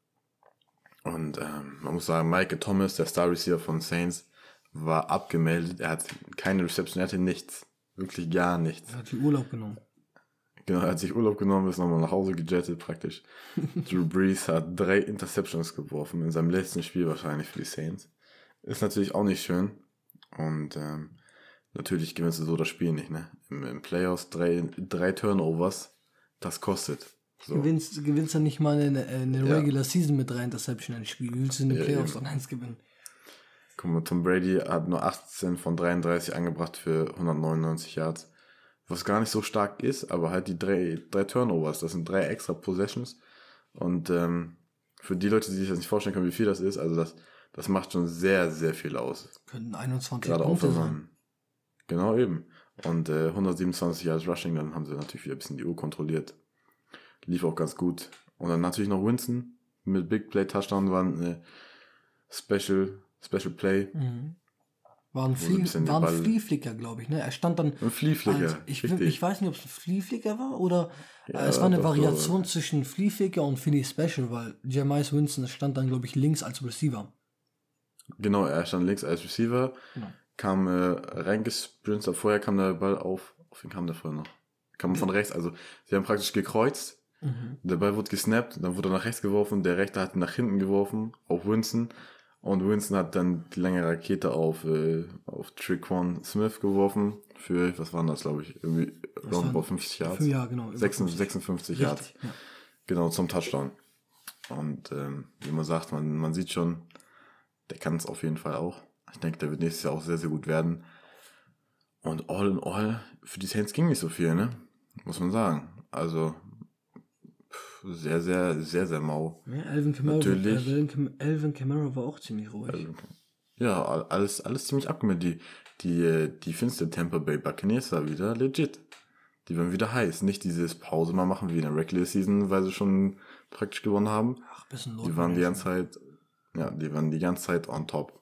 Und ähm, man muss sagen, Michael Thomas, der Star Receiver von Saints, war abgemeldet. Er hat keine Reception, er hatte nichts. Wirklich gar nichts. Er hat die Urlaub genommen. Genau, er hat sich Urlaub genommen, ist nochmal nach Hause gejettet praktisch. Drew Brees hat drei Interceptions geworfen, in seinem letzten Spiel wahrscheinlich für die Saints. Ist natürlich auch nicht schön. Und ähm, natürlich gewinnst du so das Spiel nicht, ne? Im, im Playoffs drei, drei Turnovers, das kostet. So. Gewinnst, gewinnst du nicht mal eine, eine Ja. Regular Season mit drei Interception ein Spiel. Wie willst du in den Ja, Playoffs eben. dann eins gewinnen? Guck mal, Tom Brady hat nur achtzehn von dreiunddreißig angebracht für hundertneunundneunzig Yards. Was gar nicht so stark ist, aber halt die drei, drei Turnovers, das sind drei extra Possessions. Und ähm, für die Leute, die sich das nicht vorstellen können, wie viel das ist, also das, das macht schon sehr, sehr viel aus. Könnten einundzwanzig Gerade auch Punkte wenn sein. man. Genau eben. Und äh, hundertsiebenundzwanzig Yards Rushing, dann haben sie natürlich wieder ein bisschen die Uhr kontrolliert. Lief auch ganz gut. Und dann natürlich noch Winston mit Big Play Touchdown war ein äh, Special, Special Play. Mhm. War ein, so ein Flea, bisschen war ein den Ball- Fliehflicker, glaube ich. Ne? Er stand dann. Ein Fliehflicker. als- ich, richtig. ich weiß nicht, ob es ein Fliehflicker war oder Ja, äh, es war eine doch, Variation zwischen Fliehflicker und Philly Special, weil Jameis Winston stand dann, glaube ich, links als Receiver. Genau, er stand links als Receiver, Genau. kam äh, reingesprintet, vorher kam der Ball auf, auf wen kam der vorher noch? Kam von rechts, also sie haben praktisch gekreuzt, Mhm. der Ball wurde gesnappt, dann wurde er nach rechts geworfen, der Rechte hat ihn nach hinten geworfen, auf Winston, und Winston hat dann die lange Rakete auf, äh, auf Triquan Smith geworfen, für, was waren das, glaube ich, irgendwie roundabout fünfzig Yards, Für, ja, genau. über sechsundfünfzig, fünfzig. sechsundfünfzig Yards. Richtig, ja. Genau, zum Touchdown. Und ähm, wie man sagt, man, man sieht schon, der kann es auf jeden Fall auch. Ich denke, der wird nächstes Jahr auch sehr, sehr gut werden. Und all in all, für die Saints ging nicht so viel, ne? Muss man sagen. also sehr, sehr, sehr, sehr mau. Ja, Alvin Kamara, Natürlich. Äh, Alvin, Alvin Kamara war auch ziemlich ruhig. Also, ja, alles, alles ziemlich abgemeldet. Die, die, die finste Tampa Bay Buccaneers war wieder legit. Die waren wieder heiß. Nicht dieses Pause mal machen wie in der Regular Season, weil sie schon praktisch gewonnen haben. Ach, bisschen Die waren die ganze Zeit, ja, die waren die ganze Zeit on top.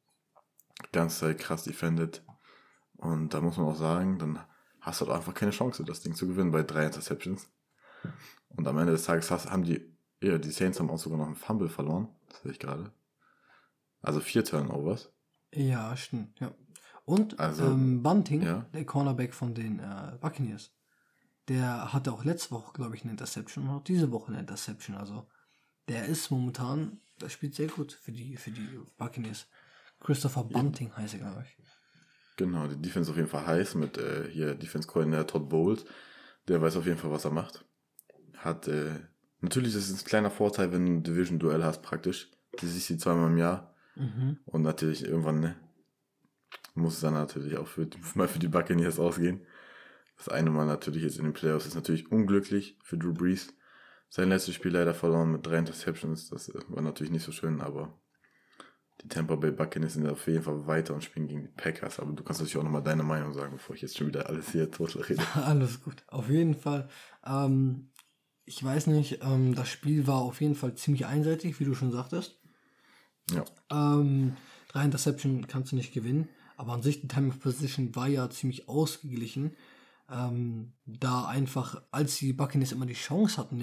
Die ganze Zeit krass defended. Und da muss man auch sagen, dann hast du halt einfach keine Chance, das Ding zu gewinnen bei drei Interceptions. Und am Ende des Tages hast, haben die, ja, die Saints haben auch sogar noch einen Fumble verloren. Das sehe ich gerade. Also vier Turnovers. Ja, stimmt, ja. Und Also, ähm, Bunting, ja. der Cornerback von den äh, Buccaneers, der hatte auch letzte Woche, glaube ich, eine Interception und auch diese Woche eine Interception. Also der ist momentan, der spielt sehr gut für die, für die Buccaneers. Christopher Bunting ja. heißt er, glaube ich. Genau, die Defense auf jeden Fall heiß mit äh, hier Defense-Coordinator Todd Bowles. Der weiß auf jeden Fall, was er macht. Hat, äh, natürlich ist es ein kleiner Vorteil, wenn du ein Division-Duell hast praktisch. Du siehst die zweimal im Jahr. Mhm. Und natürlich irgendwann, ne, muss es dann natürlich auch für, mal für die Buccaneers ausgehen. Das eine Mal natürlich jetzt in den Playoffs ist natürlich unglücklich für Drew Brees. Sein letztes Spiel leider verloren mit drei Interceptions. Das war natürlich nicht so schön, aber die Tampa Bay Buccaneers sind auf jeden Fall weiter und spielen gegen die Packers. Aber du kannst natürlich auch nochmal deine Meinung sagen, bevor ich jetzt schon wieder alles hier total rede. Alles gut, auf jeden Fall. Ähm, ich weiß nicht, ähm, das Spiel war auf jeden Fall ziemlich einseitig, wie du schon sagtest. Ja. Ähm, drei Interception kannst du nicht gewinnen. Aber an sich, die Time of Possession war ja ziemlich ausgeglichen. Ähm, da einfach, als die Buccaneers immer die Chance hatten,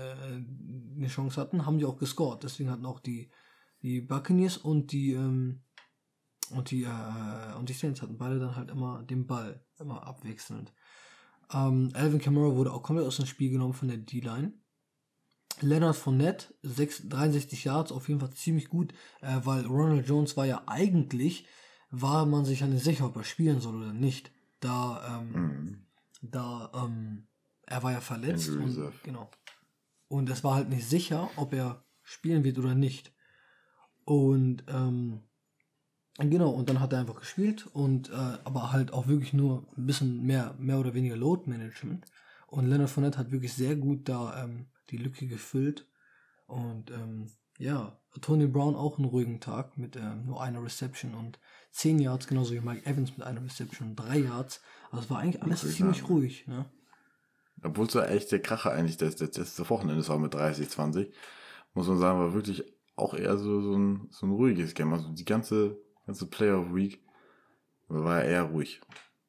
äh, eine Chance hatten, haben die auch gescored. Deswegen hatten auch die, die Buccaneers und die ähm, und die äh, und die Saints hatten beide dann halt immer den Ball, immer abwechselnd. Ähm, Alvin Kamara wurde auch komplett aus dem Spiel genommen von der D-Line. Leonard Fournette, dreiundsechzig Yards, auf jeden Fall ziemlich gut, äh, weil Ronald Jones war ja eigentlich, war man sich ja nicht sicher, ob er spielen soll oder nicht. Da, ähm, mhm. da, ähm, er war ja verletzt und, genau. Und es war halt nicht sicher, ob er spielen wird oder nicht. Und, ähm, genau, und dann hat er einfach gespielt und, äh, aber halt auch wirklich nur ein bisschen mehr, mehr oder weniger Load Management. Und Leonard Fournette hat wirklich sehr gut da, ähm, die Lücke gefüllt. Und, ähm, ja, Tony Brown auch einen ruhigen Tag mit ähm, nur einer Reception und zehn Yards, genauso wie Mike Evans mit einer Reception und drei Yards. Also es war eigentlich alles ziemlich sagen. ruhig. Ne? Obwohl es ja echt der Kracher eigentlich das, das, das Wochenende war mit dreißig zwanzig, muss man sagen, war wirklich auch eher so, so, ein, so ein ruhiges Game. Also die ganze, ganze Player of Week war ja eher ruhig.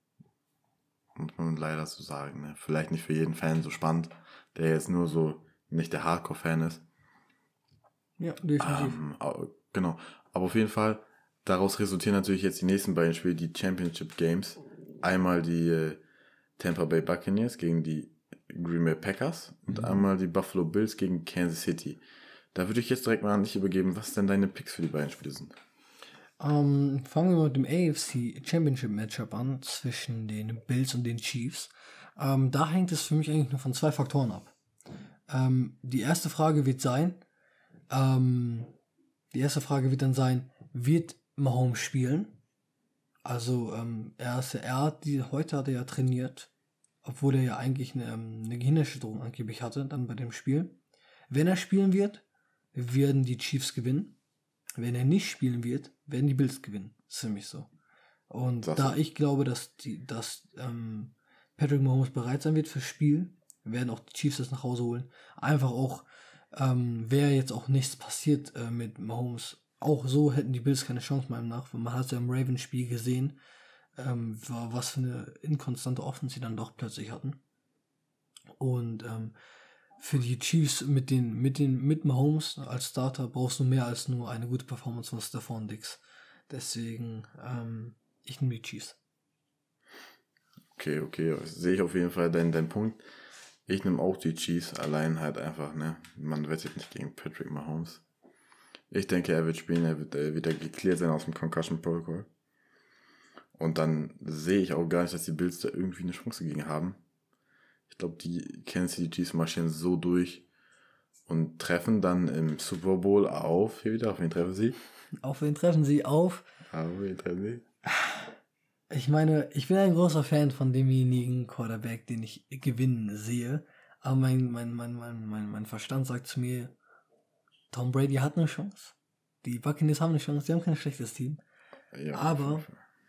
Muss man leider so sagen. Ne? Vielleicht nicht für jeden Fan so spannend, der jetzt nur so nicht der Hardcore-Fan ist. Ja, definitiv. Ähm, genau. Aber auf jeden Fall, daraus resultieren natürlich jetzt die nächsten beiden Spiele, die Championship Games. Einmal die äh, Tampa Bay Buccaneers gegen die Green Bay Packers und mhm. einmal die Buffalo Bills gegen Kansas City. Da würde ich jetzt direkt mal an dich übergeben, was denn deine Picks für die beiden Spiele sind. Um, fangen wir mit dem A F C Championship Matchup an zwischen den Bills und den Chiefs. Um, da hängt es für mich eigentlich nur von zwei Faktoren ab. Um, die erste Frage wird sein, um, die erste Frage wird dann sein, wird Mahomes spielen? Also um, er, ist, er hat die, heute hat er ja trainiert, obwohl er ja eigentlich eine, eine Gehirnerschütterung angeblich hatte, dann bei dem Spiel. Wenn er spielen wird, werden die Chiefs gewinnen. Wenn er nicht spielen wird, werden die Bills gewinnen. Das ist für mich so. Und das da ich glaube, dass die, dass ähm, Patrick Mahomes bereit sein wird fürs Spiel, werden auch die Chiefs das nach Hause holen. Einfach auch, ähm, wäre jetzt auch nichts passiert äh, mit Mahomes. Auch so hätten die Bills keine Chance meinem nach. Man hat es ja im Ravens-Spiel gesehen, ähm, war, was für eine inkonstante Offense sie dann doch plötzlich hatten. Und ähm, für die Chiefs mit den mit den mit Mahomes als Starter brauchst du mehr als nur eine gute Performance von Stephon Diggs. Deswegen ähm, ich nehme die Chiefs. Okay, okay, sehe ich auf jeden Fall deinen deinen Punkt. Ich nehme auch die Chiefs, allein halt einfach, ne, man wettet nicht gegen Patrick Mahomes. Ich denke, er wird spielen, er wird äh, wieder geklärt sein aus dem Concussion Protocol. Und dann sehe ich auch gar nicht, dass die Bills da irgendwie eine Chance gegen haben. Ich glaube, die Kansas City Chiefs marschieren so durch und treffen dann im Super Bowl auf, hier wieder, auf wen treffen sie? Auf wen treffen sie? Auf? Auf wen treffen sie? Ich meine, ich bin ein großer Fan von demjenigen Quarterback, den ich gewinnen sehe. Aber mein, mein, mein, mein, mein, mein Verstand sagt zu mir, Tom Brady hat eine Chance. Die Buccaneers haben eine Chance, die haben kein schlechtes Team. Ja, aber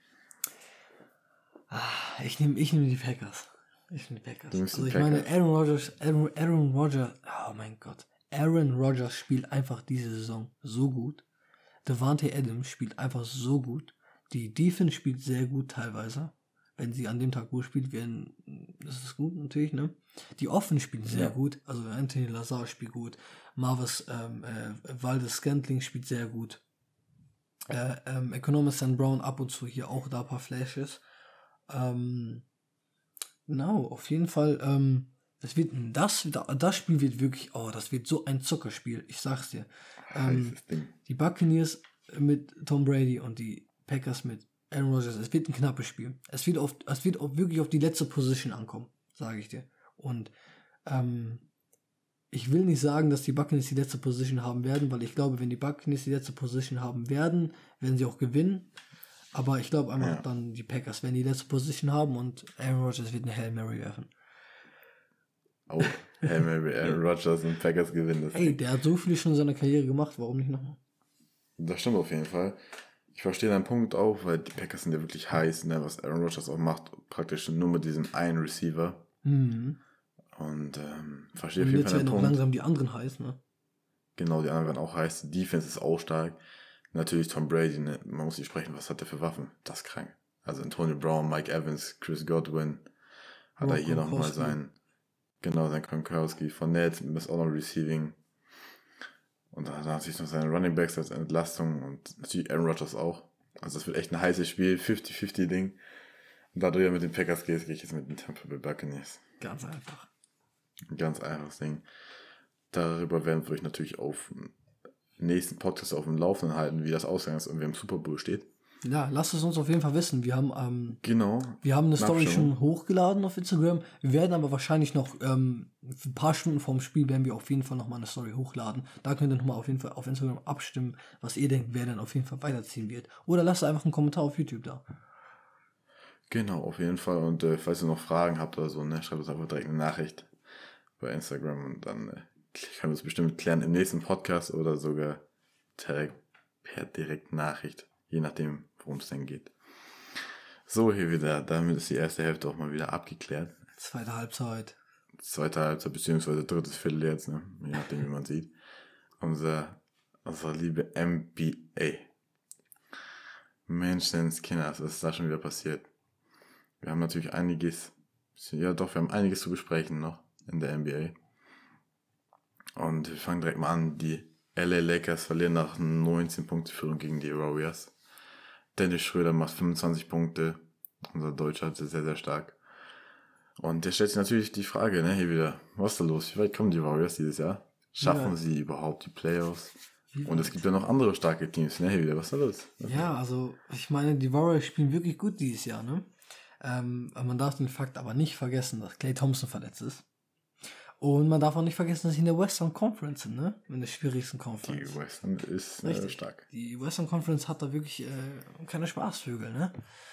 ah, ich nehme ich nehm die Packers. Ich nehme die Packers. Also ich Packers. meine, Aaron Rodgers, Aaron, Aaron Rodgers, oh mein Gott. Aaron Rodgers spielt einfach diese Saison so gut. Davante Adams spielt einfach so gut. Die Defense spielt sehr gut teilweise. Wenn sie an dem Tag gut spielt, werden, das ist gut natürlich, ne? Die Offense spielt sehr ja. gut. Also Anthony Lazar spielt gut. Marvis ähm, äh, Valdes-Scantling spielt sehr gut. Äh, ähm, Economist Sam Brown ab und zu hier auch da ein paar Flashes. Ähm, genau, auf jeden Fall, ähm, das wird, das, das Spiel wird wirklich, oh, das wird so ein Zuckerspiel, ich sag's dir. Ähm, die Buccaneers mit Tom Brady und die Packers mit Aaron Rodgers, es wird ein knappes Spiel. Es wird auf, es wird auf, wirklich auf die letzte Position ankommen, sage ich dir. Und, ähm, ich will nicht sagen, dass die Buccaneers die letzte Position haben werden, weil ich glaube, wenn die Buccaneers die letzte Position haben werden, werden sie auch gewinnen. Aber ich glaube einfach ja. dann, die Packers werden die letzte Position haben und Aaron Rodgers wird eine Hail Mary werfen. Oh, Hail Mary, Aaron Rodgers und Packers gewinnen das. Ey, der hat so viel schon in seiner Karriere gemacht, warum nicht nochmal? Das stimmt auf jeden Fall. Ich verstehe deinen Punkt auch, weil die Packers sind ja wirklich heiß, ne, was Aaron Rodgers auch macht, praktisch nur mit diesem einen Receiver. Mhm. Und ähm, verstehe auf jeden Fall den Punkt. Jetzt werden auch langsam die anderen heiß, ne? Genau, die anderen werden auch heiß. Die Defense ist auch stark. Natürlich Tom Brady, ne? Man muss nicht sprechen, was hat er für Waffen? Das ist krank. Also Antonio Brown, Mike Evans, Chris Godwin, hat oh, er hier nochmal sein, genau, sein Gronkowski, von Ned, ist auch noch Receiving. Und dann hat sich noch seine Running Backs als Entlastung und natürlich Aaron Rodgers auch. Also das wird echt ein heißes Spiel, fünfzig fünfzig Ding. Und da du ja mit den Packers gehst, gehe ich jetzt mit den Tampa Bay Buccaneers. Ganz einfach. Ein ganz einfaches Ding. Darüber werden wir euch natürlich auf nächsten Podcast auf dem Laufenden halten, wie das ausgegangen ist und wer im Super Bowl steht. Ja, lasst es uns auf jeden Fall wissen. Wir haben, ähm, genau. wir haben eine Story schon hochgeladen auf Instagram. Wir werden aber wahrscheinlich noch ähm, ein paar Stunden vorm Spiel werden wir auf jeden Fall nochmal eine Story hochladen. Da könnt ihr nochmal auf jeden Fall auf Instagram abstimmen, was ihr denkt, wer dann auf jeden Fall weiterziehen wird. Oder lasst einfach einen Kommentar auf YouTube da. Genau, auf jeden Fall. Und äh, falls ihr noch Fragen habt oder so, ne, schreibt uns einfach direkt eine Nachricht bei Instagram und dann äh, können wir es bestimmt klären im nächsten Podcast oder sogar direkt, per Direktnachricht, je nachdem, worum es denn geht. So, hier wieder, damit ist die erste Hälfte auch mal wieder abgeklärt. Zweite Halbzeit. Zweite Halbzeit, beziehungsweise drittes Viertel jetzt, ne, je nachdem, wie man sieht. Unser, unsere liebe N B A. Menschenskinders, was ist da schon wieder passiert? Wir haben natürlich einiges, ja doch, wir haben einiges zu besprechen noch in der N B A. Und wir fangen direkt mal an. Die L A Lakers verlieren nach neunzehn Punkte Führung gegen die Warriors. Dennis Schröder macht fünfundzwanzig Punkte. Unser Deutscher ist sehr, sehr stark. Und der stellt sich natürlich die Frage, ne, hier wieder, was ist da los? Wie weit kommen die Warriors dieses Jahr? Schaffen ja. sie überhaupt die Playoffs? Und es gibt ja noch andere starke Teams, ne, hier wieder, was ist da los? Was ja, also, ich meine, die Warriors spielen wirklich gut dieses Jahr, ne? Ähm, man darf den Fakt aber nicht vergessen, dass Klay Thompson verletzt ist. Und man darf auch nicht vergessen, dass sie in der Western Conference sind, ne? In der schwierigsten Conference. Die Western ist äh, stark. Die Western Conference hat da wirklich äh, keine Spaßvögel, ne?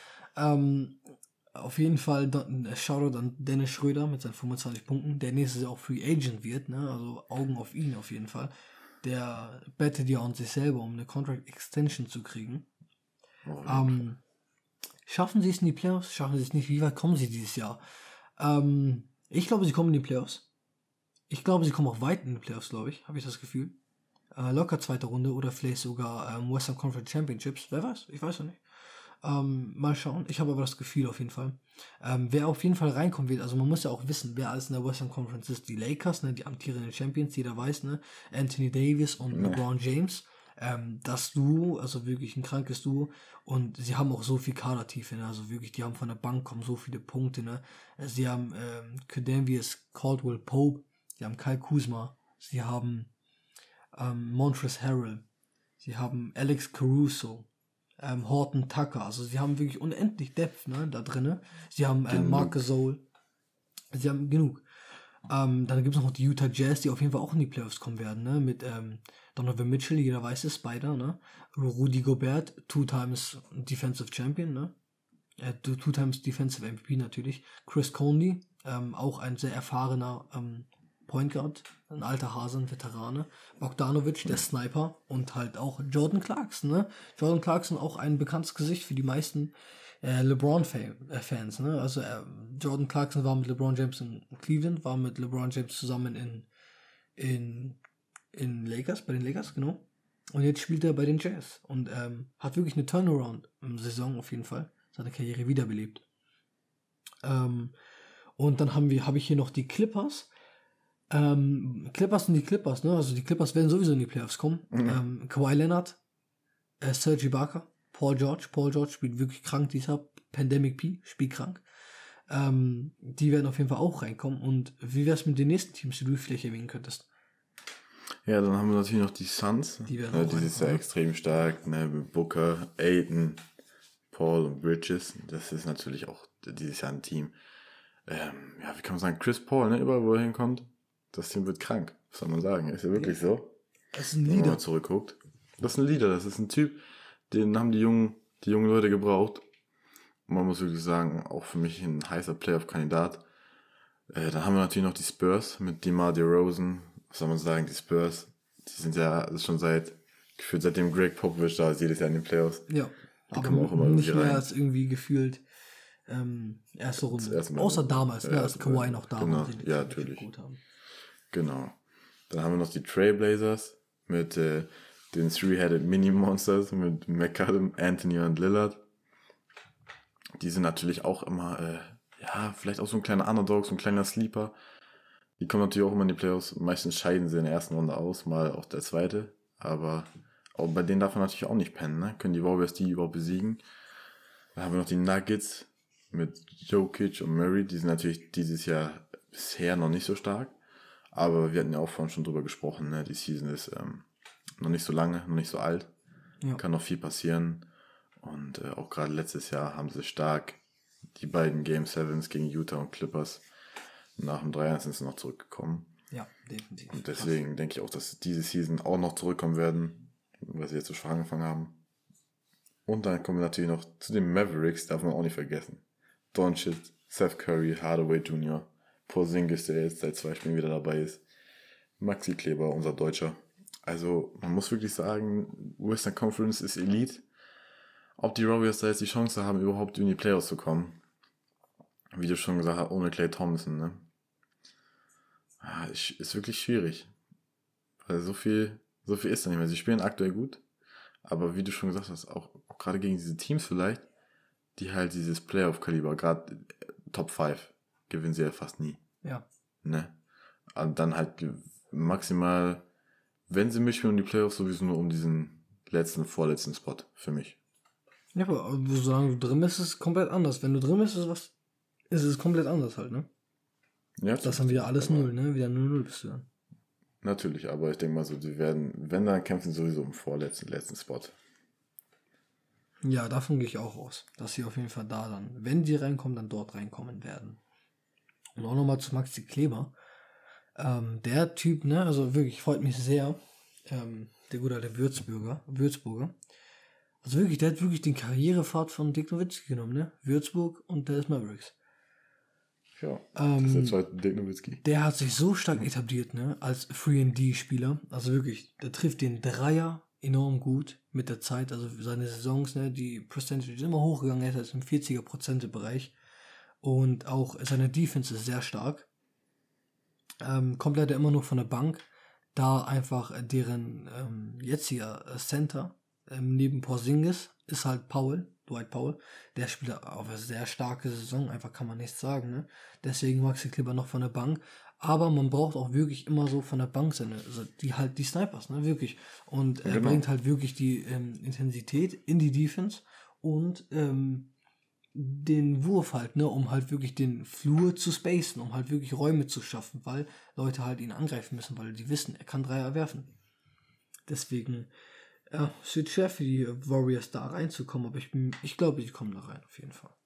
Ähm, auf jeden Fall Shoutout an Dennis Schröder mit seinen fünfundzwanzig Punkten, der nächstes Jahr auch Free Agent wird, ne? Also Augen auf ihn auf jeden Fall. Der bettet ja an sich selber, um eine Contract Extension zu kriegen. Oh, ähm, schaffen sie es in die Playoffs? Schaffen sie es nicht? Wie weit kommen sie dieses Jahr? Ähm, ich glaube, sie kommen in die Playoffs. Ich glaube, sie kommen auch weit in die Playoffs, glaube ich, habe ich das Gefühl. Äh, locker zweite Runde oder vielleicht sogar ähm, Western Conference Championships. Wer weiß, ich weiß ja nicht. Ähm, mal schauen. Ich habe aber das Gefühl auf jeden Fall. Ähm, wer auf jeden Fall reinkommen wird, also man muss ja auch wissen, wer alles in der Western Conference ist. Die Lakers, ne, die amtierenden Champions, jeder weiß, ne, Anthony Davis und ja. LeBron James. Ähm, das Duo, also wirklich ein krankes Duo. Und sie haben auch so viel Kadertiefe, ne, also wirklich, die haben von der Bank kommen so viele Punkte, ne. Sie haben ähm, Kedavius Caldwell Pope, sie haben Kyle Kuzma, sie haben ähm, Montrezl Harrell, sie haben Alex Caruso, ähm, Horton Tucker, also sie haben wirklich unendlich Depth, ne, da drinne. Sie haben äh, Marc Gasol, sie haben genug. Ähm, dann gibt es noch die Utah Jazz, die auf jeden Fall auch in die Playoffs kommen werden, ne, mit ähm, Donovan Mitchell, jeder weiß es, Spider, ne, Rudy Gobert, two times Defensive Champion, ne, äh, two times Defensive M V P natürlich, Chris Conley, ähm, auch ein sehr erfahrener ähm, Point Guard, ein alter Hase, ein Veterane. Bogdanovic, der Sniper und halt auch Jordan Clarkson, ne? Jordan Clarkson auch ein bekanntes Gesicht für die meisten äh, LeBron-Fans, ne? Also äh, Jordan Clarkson war mit LeBron James in Cleveland, war mit LeBron James zusammen in in in Lakers, bei den Lakers, genau. Und jetzt spielt er bei den Jazz und ähm, hat wirklich eine Turnaround-Saison auf jeden Fall, seine Karriere wiederbelebt. Ähm, und dann haben wir, habe ich hier noch die Clippers. Ähm, Clippers sind die Clippers, ne? Also die Clippers werden sowieso in die Playoffs kommen. Mhm. Ähm, Kawhi Leonard, äh, Serge Ibaka, Paul George. Paul George spielt wirklich krank dieser Pandemic P, spielt krank. Ähm, die werden auf jeden Fall auch reinkommen. Und wie wär's mit den nächsten Teams, die du vielleicht erwähnen könntest? Ja, dann haben wir natürlich noch die Suns. Die werden ja, auch die sind ja extrem stark, ne? Mit Booker, Ayton, Paul und Bridges. Das ist natürlich auch dieses Jahr ein Team. Ähm, ja, wie kann man sagen, Chris Paul, ne? Überall, wo er hinkommt, das Team wird krank. Was soll man sagen? Ist ja wirklich ja. so. Das ist ein Leader. Wenn man mal zurückguckt. Das ist ein Leader, das ist ein Typ, den haben die jungen, die jungen Leute gebraucht. Und man muss wirklich sagen, auch für mich ein heißer Playoff-Kandidat. Äh, dann haben wir natürlich noch die Spurs mit DeMar DeRozan. Was soll man sagen, die Spurs, die sind ja das ist schon seit, gefühlt seitdem Greg Popovich da ist, jedes Jahr in den Playoffs. Ja, die aber kommen auch immer nicht irgendwie mehr rein. als irgendwie gefühlt ähm, erste Runde. Erste Außer damals, ja, ne, als Kawhi noch da genau, war. Die ja, natürlich. Gut haben. Genau. Dann haben wir noch die Trailblazers mit äh, den Three-Headed Mini-Monsters mit McCallum, Anthony und Lillard. Die sind natürlich auch immer, äh, ja, vielleicht auch so ein kleiner Underdog, so ein kleiner Sleeper. Die kommen natürlich auch immer in die Playoffs. Meistens scheiden sie in der ersten Runde aus, mal auch der zweite. Aber auch bei denen darf man natürlich auch nicht pennen, ne? Können die Warriors die überhaupt besiegen? Dann haben wir noch die Nuggets mit Jokic und Murray. Die sind natürlich dieses Jahr bisher noch nicht so stark. Aber wir hatten ja auch vorhin schon drüber gesprochen, ne? Die Season ist ähm, noch nicht so lange, noch nicht so alt. Ja. Kann noch viel passieren. Und äh, auch gerade letztes Jahr haben sie stark die beiden Game Sevens gegen Utah und Clippers. Nach dem drei eins sind sie noch zurückgekommen. Ja, definitiv. Und deswegen Krass. denke ich auch, dass diese Season auch noch zurückkommen werden, weil sie jetzt so schwach angefangen haben. Und dann kommen wir natürlich noch zu den Mavericks, darf man auch nicht vergessen. Doncic, Seth Curry, Hardaway Junior, Porzingis, der jetzt seit zwei Spielen wieder dabei ist, Maxi Kleber, unser Deutscher. Also man muss wirklich sagen, Western Conference ist Elite. Ob die Warriors da jetzt die Chance haben, überhaupt in die Playoffs zu kommen, wie du schon gesagt hast, ohne Klay Thompson, ne? Ah, ist wirklich schwierig. Weil so viel, so viel ist da nicht mehr. Sie spielen aktuell gut, aber wie du schon gesagt hast, auch, auch gerade gegen diese Teams vielleicht, die halt dieses Playoff-Kaliber, gerade Top fünf, gewinnen sie ja fast nie. Ja. Ne? Und dann halt maximal, wenn sie mitspielen in die Playoffs, sowieso nur um diesen letzten, vorletzten Spot, für mich. Ja, aber solange du drin bist, ist es komplett anders. Wenn du drin bist, ist es was, ist es komplett anders halt, ne? Ja, das haben wieder alles null, ne? Wieder null null bist du dann. Natürlich, aber ich denke mal so, die werden, wenn dann kämpfen, sowieso im vorletzten, letzten Spot. Ja, davon gehe ich auch aus, dass sie auf jeden Fall da dann, wenn die reinkommen, dann dort reinkommen werden. Und auch nochmal zu Maxi Kleber. Ähm, der Typ, ne, also wirklich, freut mich sehr. Ähm, der gute alte Würzburger, Würzburger. Also wirklich, der hat wirklich den Karrierepfad von Dirk Nowitzki genommen, ne? Würzburg und Dallas Mavericks. Ja, ähm, das ist der zweite Dirk Nowitzki. Der hat sich so stark etabliert, ne, als drei und D-Spieler. Also wirklich, der trifft den Dreier enorm gut mit der Zeit. Also seine Saisons, ne, die Percentage ist immer hochgegangen, er ist jetzt im vierziger Prozent Bereich. Und auch seine Defense ist sehr stark. Ähm, kommt leider immer noch von der Bank, da einfach deren ähm, jetziger Center ähm, neben Porzingis ist halt Powell, Dwight Powell. Der spielt auf eine sehr starke Saison, einfach kann man nichts sagen, ne? Deswegen Maxi Kleber noch von der Bank. Aber man braucht auch wirklich immer so von der Bank seine, also die halt die Snipers, ne, wirklich. Und er genau. bringt halt wirklich die ähm, Intensität in die Defense und ähm, den Wurf halt, ne, um halt wirklich den Flur zu spacen, um halt wirklich Räume zu schaffen, weil Leute halt ihn angreifen müssen, weil die wissen, er kann Dreier werfen. Deswegen, ja, es wird schwer für die Warriors da reinzukommen, aber ich bin, ich glaube, die kommen da rein, auf jeden Fall.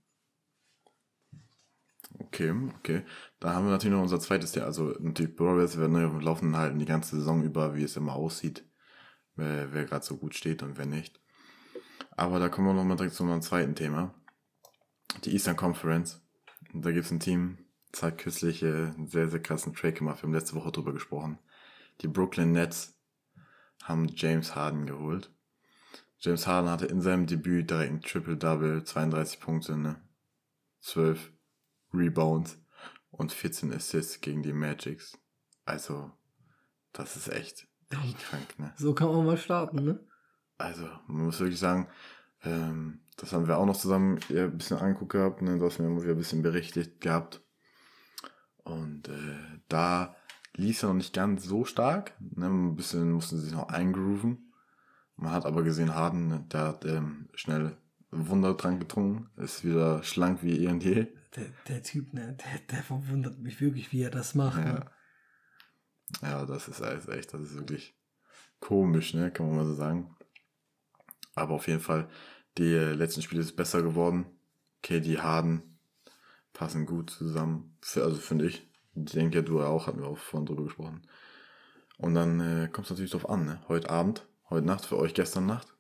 Okay, okay. Da haben wir natürlich noch unser zweites Jahr, also natürlich Warriors werden auf dem Laufenden halten die ganze Saison über, wie es immer aussieht, wer, wer gerade so gut steht und wer nicht. Aber da kommen wir noch mal direkt zu unserem zweiten Thema. Die Eastern Conference. Und da gibt es ein Team, hat kürzlich äh, einen sehr, sehr krassen Trade gemacht. Wir haben letzte Woche drüber gesprochen. Die Brooklyn Nets haben James Harden geholt. James Harden hatte in seinem Debüt direkt ein Triple-Double, zweiunddreißig Punkte, ne? zwölf Rebounds und vierzehn Assists gegen die Magics. Also, das ist echt, echt krank, ne? So kann man mal starten, ne? Also, man muss wirklich sagen, ähm, das haben wir auch noch zusammen eher ein bisschen angeguckt gehabt, ne? Du hast mir immer wieder ein bisschen berichtet gehabt. Und äh, da lief er noch nicht ganz so stark, ne? Ein bisschen mussten sie sich noch eingrooven. Man hat aber gesehen, Harden, ne? Der hat ähm, schnell Wundertrank getrunken, ist wieder schlank wie eh und je. Der, der Typ, ne, der, der verwundert mich wirklich, wie er das macht. Ja, Ne? ja, das ist alles echt, das ist wirklich komisch, ne, kann man mal so sagen. Aber auf jeden Fall, die äh, letzten Spiele ist besser geworden. K D, Harden passen gut zusammen, für, also finde ich. Ich denke, du auch, hatten wir auch vorhin drüber gesprochen. Und dann äh, kommt es natürlich drauf an, ne? Heute Abend, heute Nacht, für euch gestern Nacht,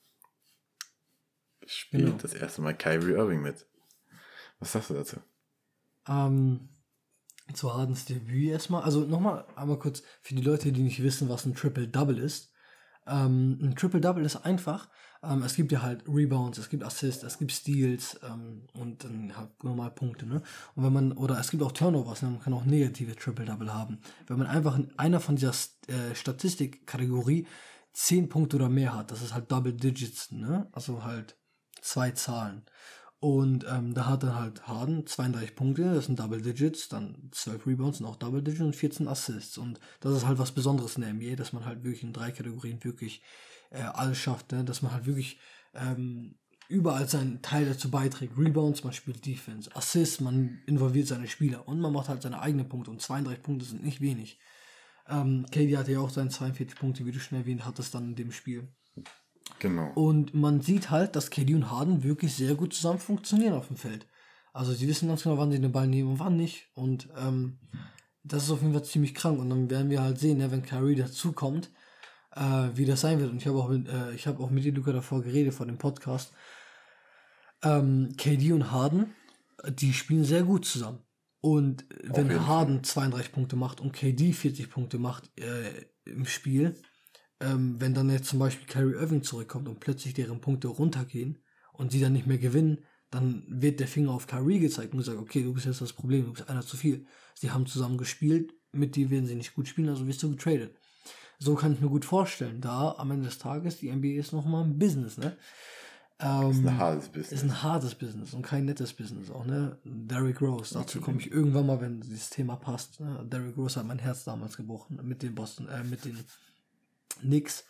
spielt Genau. das erste Mal Kyrie Irving mit. Was sagst du dazu? Ähm, zu Hardens Debüt erstmal. Also nochmal einmal kurz für die Leute, die nicht wissen, was ein Triple-Double ist. Ähm, ein Triple-Double ist einfach, ähm, es gibt ja halt Rebounds, es gibt Assists, es gibt Steals ähm, und dann halt normal Punkte, ne? Und wenn man, oder es gibt auch Turnovers, ne? Man kann auch negative Triple-Double haben. Wenn man einfach in einer von dieser äh, Statistikkategorie zehn Punkte oder mehr hat, das ist halt Double Digits, ne? Also halt zwei Zahlen. Und ähm, da hat dann halt Harden zweiunddreißig Punkte, das sind Double Digits, dann zwölf Rebounds sind auch Double Digits und vierzehn Assists. Und das ist halt was Besonderes in der N B A, dass man halt wirklich in drei Kategorien wirklich äh, alles schafft, ne? Dass man halt wirklich ähm, überall seinen Teil dazu beiträgt. Rebounds, man spielt Defense, Assists, man involviert seine Spieler und man macht halt seine eigenen Punkte und zweiunddreißig Punkte sind nicht wenig. Ähm, K D hatte ja auch seine zweiundvierzig Punkte, wie du schon erwähnt hattest, dann in dem Spiel. Genau. Und man sieht halt, dass K D und Harden wirklich sehr gut zusammen funktionieren auf dem Feld. Also sie wissen ganz genau, wann sie den Ball nehmen und wann nicht. Und ähm, das ist auf jeden Fall ziemlich krank. Und dann werden wir halt sehen, ne, wenn Kyrie dazukommt, äh, wie das sein wird. Und ich habe auch mit, äh, ich habe auch mit dir, Luca, davor geredet, vor dem Podcast. Ähm, K D und Harden, die spielen sehr gut zusammen. Und wenn jeden Harden zweiunddreißig Punkte macht und K D vierzig Punkte macht äh, im Spiel, ähm, wenn dann jetzt zum Beispiel Kyrie Irving zurückkommt und plötzlich deren Punkte runtergehen und sie dann nicht mehr gewinnen, dann wird der Finger auf Kyrie gezeigt und gesagt, okay, du bist jetzt das Problem, du bist einer zu viel. Sie haben zusammen gespielt, mit dir werden sie nicht gut spielen, also wirst du getradet. So kann ich mir gut vorstellen, da am Ende des Tages, die N B A ist nochmal ein Business, ne? Ähm, ist ein hartes Business. Ist ein hartes Business und kein nettes Business auch, ne? Derrick Rose, dazu komme ich irgendwann mal, wenn dieses Thema passt. Ne? Derrick Rose hat mein Herz damals gebrochen mit den Boston, äh, mit den Knicks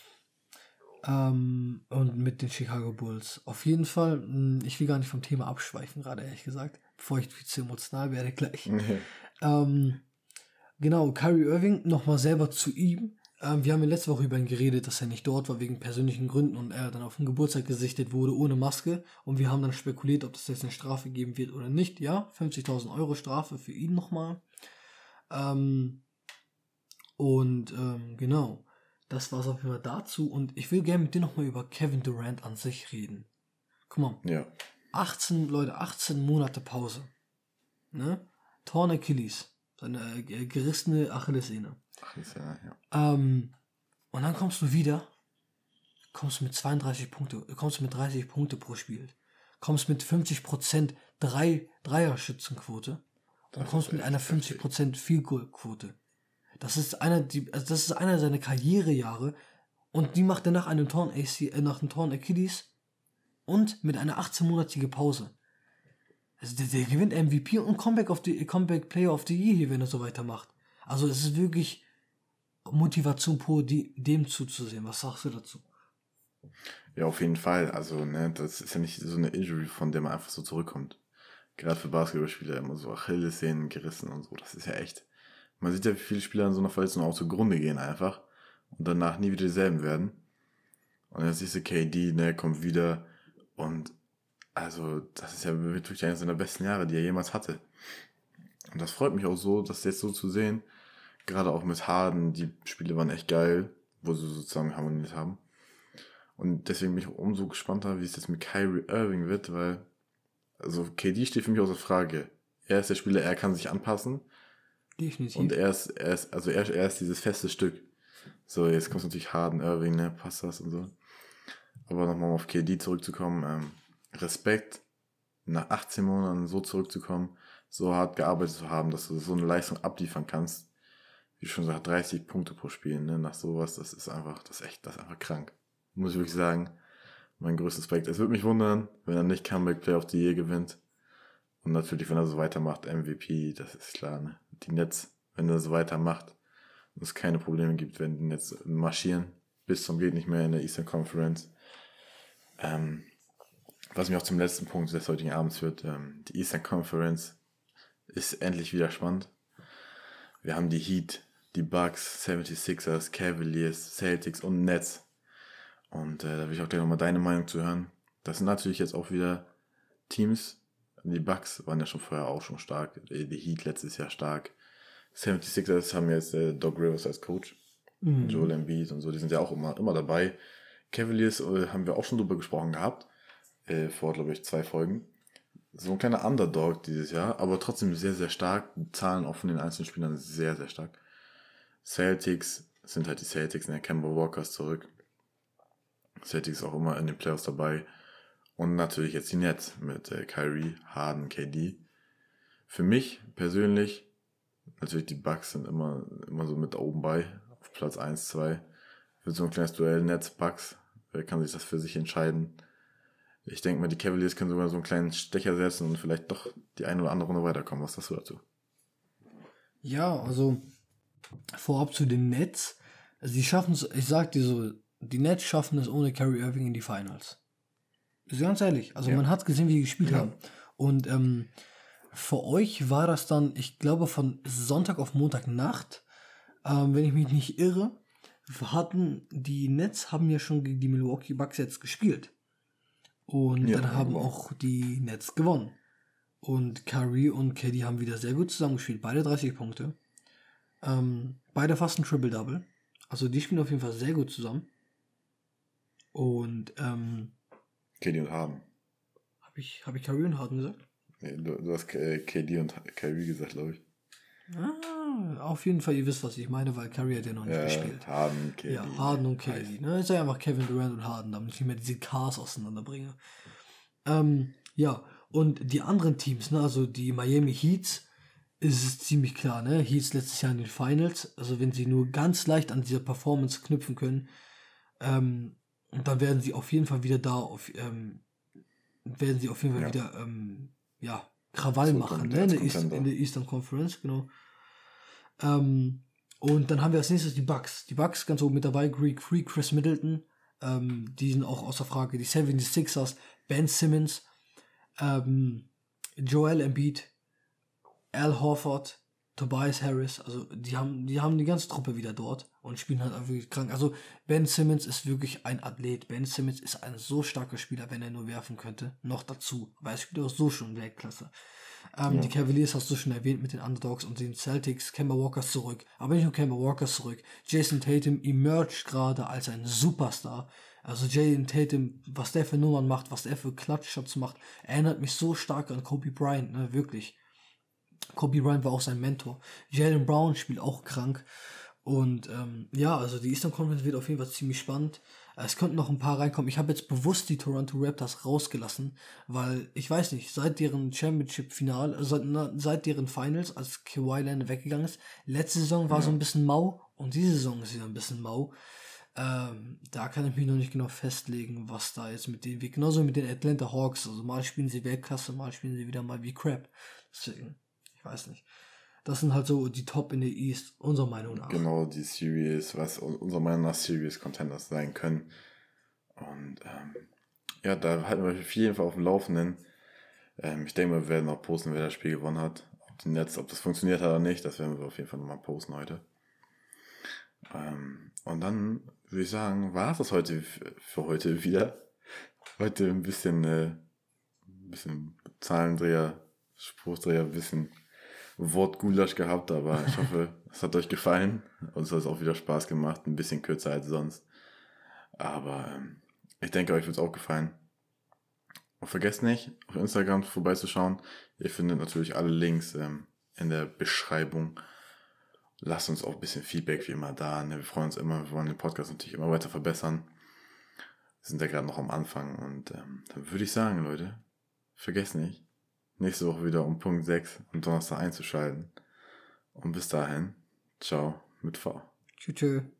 ähm, und mit den Chicago Bulls. Auf jeden Fall, mh, ich will gar nicht vom Thema abschweifen, gerade ehrlich gesagt, bevor ich viel zu emotional werde gleich. Nee. Ähm, genau, Kyrie Irving, nochmal selber zu ihm. Ähm, wir haben ja letzte Woche über ihn geredet, dass er nicht dort war wegen persönlichen Gründen und er dann auf den Geburtstag gesichtet wurde ohne Maske. Und wir haben dann spekuliert, ob das jetzt eine Strafe geben wird oder nicht. Ja, fünfzigtausend Euro Strafe für ihn nochmal. Ähm, und ähm, genau, das war es auf jeden Fall dazu. Und ich will gerne mit dir nochmal über Kevin Durant an sich reden. Guck mal, Ja. achtzehn, Leute, achtzehn Monate Pause. Ne? Torn Achilles, seine äh, gerissene Achillessehne. Ach, ist ja, ja. Ähm, und dann kommst du wieder, kommst mit zweiunddreißig Punkte, kommst mit dreißig Punkte pro Spiel, kommst mit fünfzig Prozent drei, Dreier-Schützenquote und Das kommst ist mit echt einer fünfzig Prozent Field-Goal-Quote. Das ist einer, die, also das ist einer seiner Karrierejahre und die macht er nach einem Torn A C, äh, nach einem Torn Achilles und mit einer achtzehn-monatige Pause. Also der, der gewinnt M V P und Comeback of the Comeback Player of the Year hier, wenn er so weitermacht. Also es ist wirklich Motivation pur, die, dem zuzusehen. Was sagst du dazu? Ja, auf jeden Fall. Also, ne, das ist ja nicht so eine Injury, von der man einfach so zurückkommt. Gerade für Basketballspieler immer so Achillessehnen gerissen und so. Das ist ja echt. Man sieht ja, wie viele Spieler in so einer Verletzung auch zugrunde gehen einfach und danach nie wieder dieselben werden. Und jetzt siehst du K D, ne, kommt wieder und also, das ist ja wirklich eines seiner besten Jahre, die er jemals hatte. Und das freut mich auch so, das jetzt so zu sehen. Gerade auch mit Harden, die Spiele waren echt geil, wo sie sozusagen harmoniert haben. Und deswegen bin ich auch umso gespannter, wie es jetzt mit Kyrie Irving wird, weil, also K D steht für mich außer Frage. er ist der Spieler, er kann sich anpassen. Definitiv. Und er ist, er ist, also er, er ist dieses feste Stück. So, jetzt kommt natürlich Harden, Irving, ne, passt das und so. Aber nochmal auf K D zurückzukommen, ähm, Respekt, nach achtzehn Monaten so zurückzukommen, so hart gearbeitet zu haben, dass du so eine Leistung abliefern kannst, wie schon gesagt, dreißig Punkte pro Spiel, ne, nach sowas, das ist einfach, das ist echt, das ist einfach krank. Muss ich wirklich sagen, mein größter Respekt. Es würde mich wundern, wenn er nicht Comeback Player of the Year gewinnt. Und natürlich, wenn er so weitermacht, M V P, das ist klar, ne. Die Nets, wenn er so weitermacht und es keine Probleme gibt, wenn die Nets marschieren, bis zum geht nicht mehr in der Eastern Conference. Ähm, was mich auch zum letzten Punkt des heutigen Abends führt, ähm, die Eastern Conference ist endlich wieder spannend. Wir haben die Heat, die Bucks, seventy-sixers, Cavaliers, Celtics und Nets. Und äh, da will ich auch gleich nochmal deine Meinung zu hören. Das sind natürlich jetzt auch wieder Teams. Die Bucks waren ja schon vorher auch schon stark. Die Heat letztes Jahr stark. seventy-sixers haben jetzt äh, Doc Rivers als Coach. Mhm. Joel Embiid und so, die sind ja auch immer, immer dabei. Cavaliers äh, haben wir auch schon drüber gesprochen gehabt. Äh, vor, glaube ich, zwei Folgen. So ein kleiner Underdog dieses Jahr, aber trotzdem sehr, sehr stark. Die Zahlen auch von den einzelnen Spielern sehr, sehr stark. Celtics sind halt die Celtics, ne? Kemba Walker ist zurück. Celtics auch immer in den Playoffs dabei. Und natürlich jetzt die Nets mit äh, Kyrie, Harden, K D. Für mich persönlich, natürlich die Bucks sind immer, immer so mit oben bei, auf Platz eins, zwei. Für so ein kleines Duell Nets, Bucks, wer kann sich das für sich entscheiden? Ich denke mal, die Cavaliers können sogar so einen kleinen Stecher setzen und vielleicht doch die eine oder andere Runde weiterkommen. Was sagst du dazu? Ja, also vorab zu den Nets. Also die schaffen es, ich sag dir so, die Nets schaffen es ohne Kyrie Irving in die Finals. Ist ganz ehrlich. Also ja. Man hat gesehen, wie die gespielt ja. haben. Und ähm, für euch war das dann, ich glaube, von Sonntag auf Montagnacht, ähm, wenn ich mich nicht irre, hatten die Nets haben ja schon gegen die Milwaukee Bucks jetzt gespielt. Und ja, dann haben auch die Nets gewonnen. Und Kyrie und K D haben wieder sehr gut zusammengespielt. Beide dreißig Punkte. Ähm, beide fast ein Triple-Double. Also die spielen auf jeden Fall sehr gut zusammen. Und ähm, K D und Harden. Habe ich, hab ich Kyrie und Harden gesagt? Nee, du, du hast K D und Kyrie gesagt, glaube ich. Ah, auf jeden Fall, ihr wisst, was ich meine, weil Kyrie hat ja noch nicht ja, gespielt. Harden, K D. Ja, Harden und K D. Ne? Ich sage einfach Kevin Durant und Harden, damit ich nicht mehr diese Cars auseinanderbringe. Ähm, ja, und die anderen Teams, ne, also die Miami Heats, ist es ziemlich klar, ne? Heats letztes Jahr in den Finals, also wenn sie nur ganz leicht an dieser Performance knüpfen können, ähm, dann werden sie auf jeden Fall wieder da, auf, ähm, werden sie auf jeden Fall ja. wieder, ähm, ja, Krawall so machen, ne? In der, East, in der Eastern Conference, genau. Ähm, und dann haben wir als nächstes die Bucks. Die Bucks ganz oben mit dabei, Greek Freak, Chris Middleton, ähm, die sind auch außer Frage. Die seventy-sixers, Ben Simmons, ähm, Joel Embiid, Al Horford, Tobias Harris, also die haben, die haben die ganze Truppe wieder dort und spielen halt wirklich krank. Also Ben Simmons ist wirklich ein Athlet. Ben Simmons ist ein so starker Spieler, wenn er nur werfen könnte. Noch dazu, weil er spielt auch so schon Weltklasse. Ähm, ja. Die Cavaliers hast du schon erwähnt mit den Underdogs und den Celtics. Kemba Walker ist zurück. Aber nicht nur Kemba Walker ist zurück. Jason Tatum emerged gerade als ein Superstar. Also Jason Tatum, was der für Nummern macht, was der für Klatschshots macht, erinnert mich so stark an Kobe Bryant, ne, wirklich. Kobe Bryant war auch sein Mentor. Jaylen Brown spielt auch krank. Und ähm, ja, also die Eastern Conference wird auf jeden Fall ziemlich spannend. Es könnten noch ein paar reinkommen. Ich habe jetzt bewusst die Toronto Raptors rausgelassen, weil ich weiß nicht, seit deren Championship-Final, also seit, na, seit deren Finals, als Kawhi Leonard weggegangen ist, letzte Saison war ja. so ein bisschen mau und diese Saison ist wieder ein bisschen mau. Ähm, da kann ich mich noch nicht genau festlegen, was da jetzt mit denen wird. Genauso mit den Atlanta Hawks. Also mal spielen sie Weltklasse, mal spielen sie wieder mal wie Crap. Deswegen, ich weiß nicht. Das sind halt so die Top in der East, unserer Meinung nach. Genau, die Series, was unserer Meinung nach Series Contenders sein können. Und ähm, ja, da halten wir auf jeden Fall auf dem Laufenden. Ähm, ich denke, wir werden auch posten, wer das Spiel gewonnen hat. Ob die Netz, ob das funktioniert hat oder nicht, das werden wir auf jeden Fall nochmal posten heute. Ähm, und dann würde ich sagen, war es das heute für heute wieder. Heute ein bisschen, äh, ein bisschen Zahlendreher, Spruchdreher, ein bisschen Wortgulasch gehabt, aber ich hoffe, es hat euch gefallen. Uns hat es auch wieder Spaß gemacht, ein bisschen kürzer als sonst. Aber ähm, ich denke, euch wird es auch gefallen. Und vergesst nicht, auf Instagram vorbeizuschauen. Ihr findet natürlich alle Links ähm, in der Beschreibung. Lasst uns auch ein bisschen Feedback wie immer da. Ne? Wir freuen uns immer, wir wollen den Podcast natürlich immer weiter verbessern. Wir sind ja gerade noch am Anfang und ähm, dann würde ich sagen, Leute, vergesst nicht, nächste Woche wieder um Punkt sechs am Donnerstag einzuschalten. Und bis dahin, ciao mit V. Tschüss.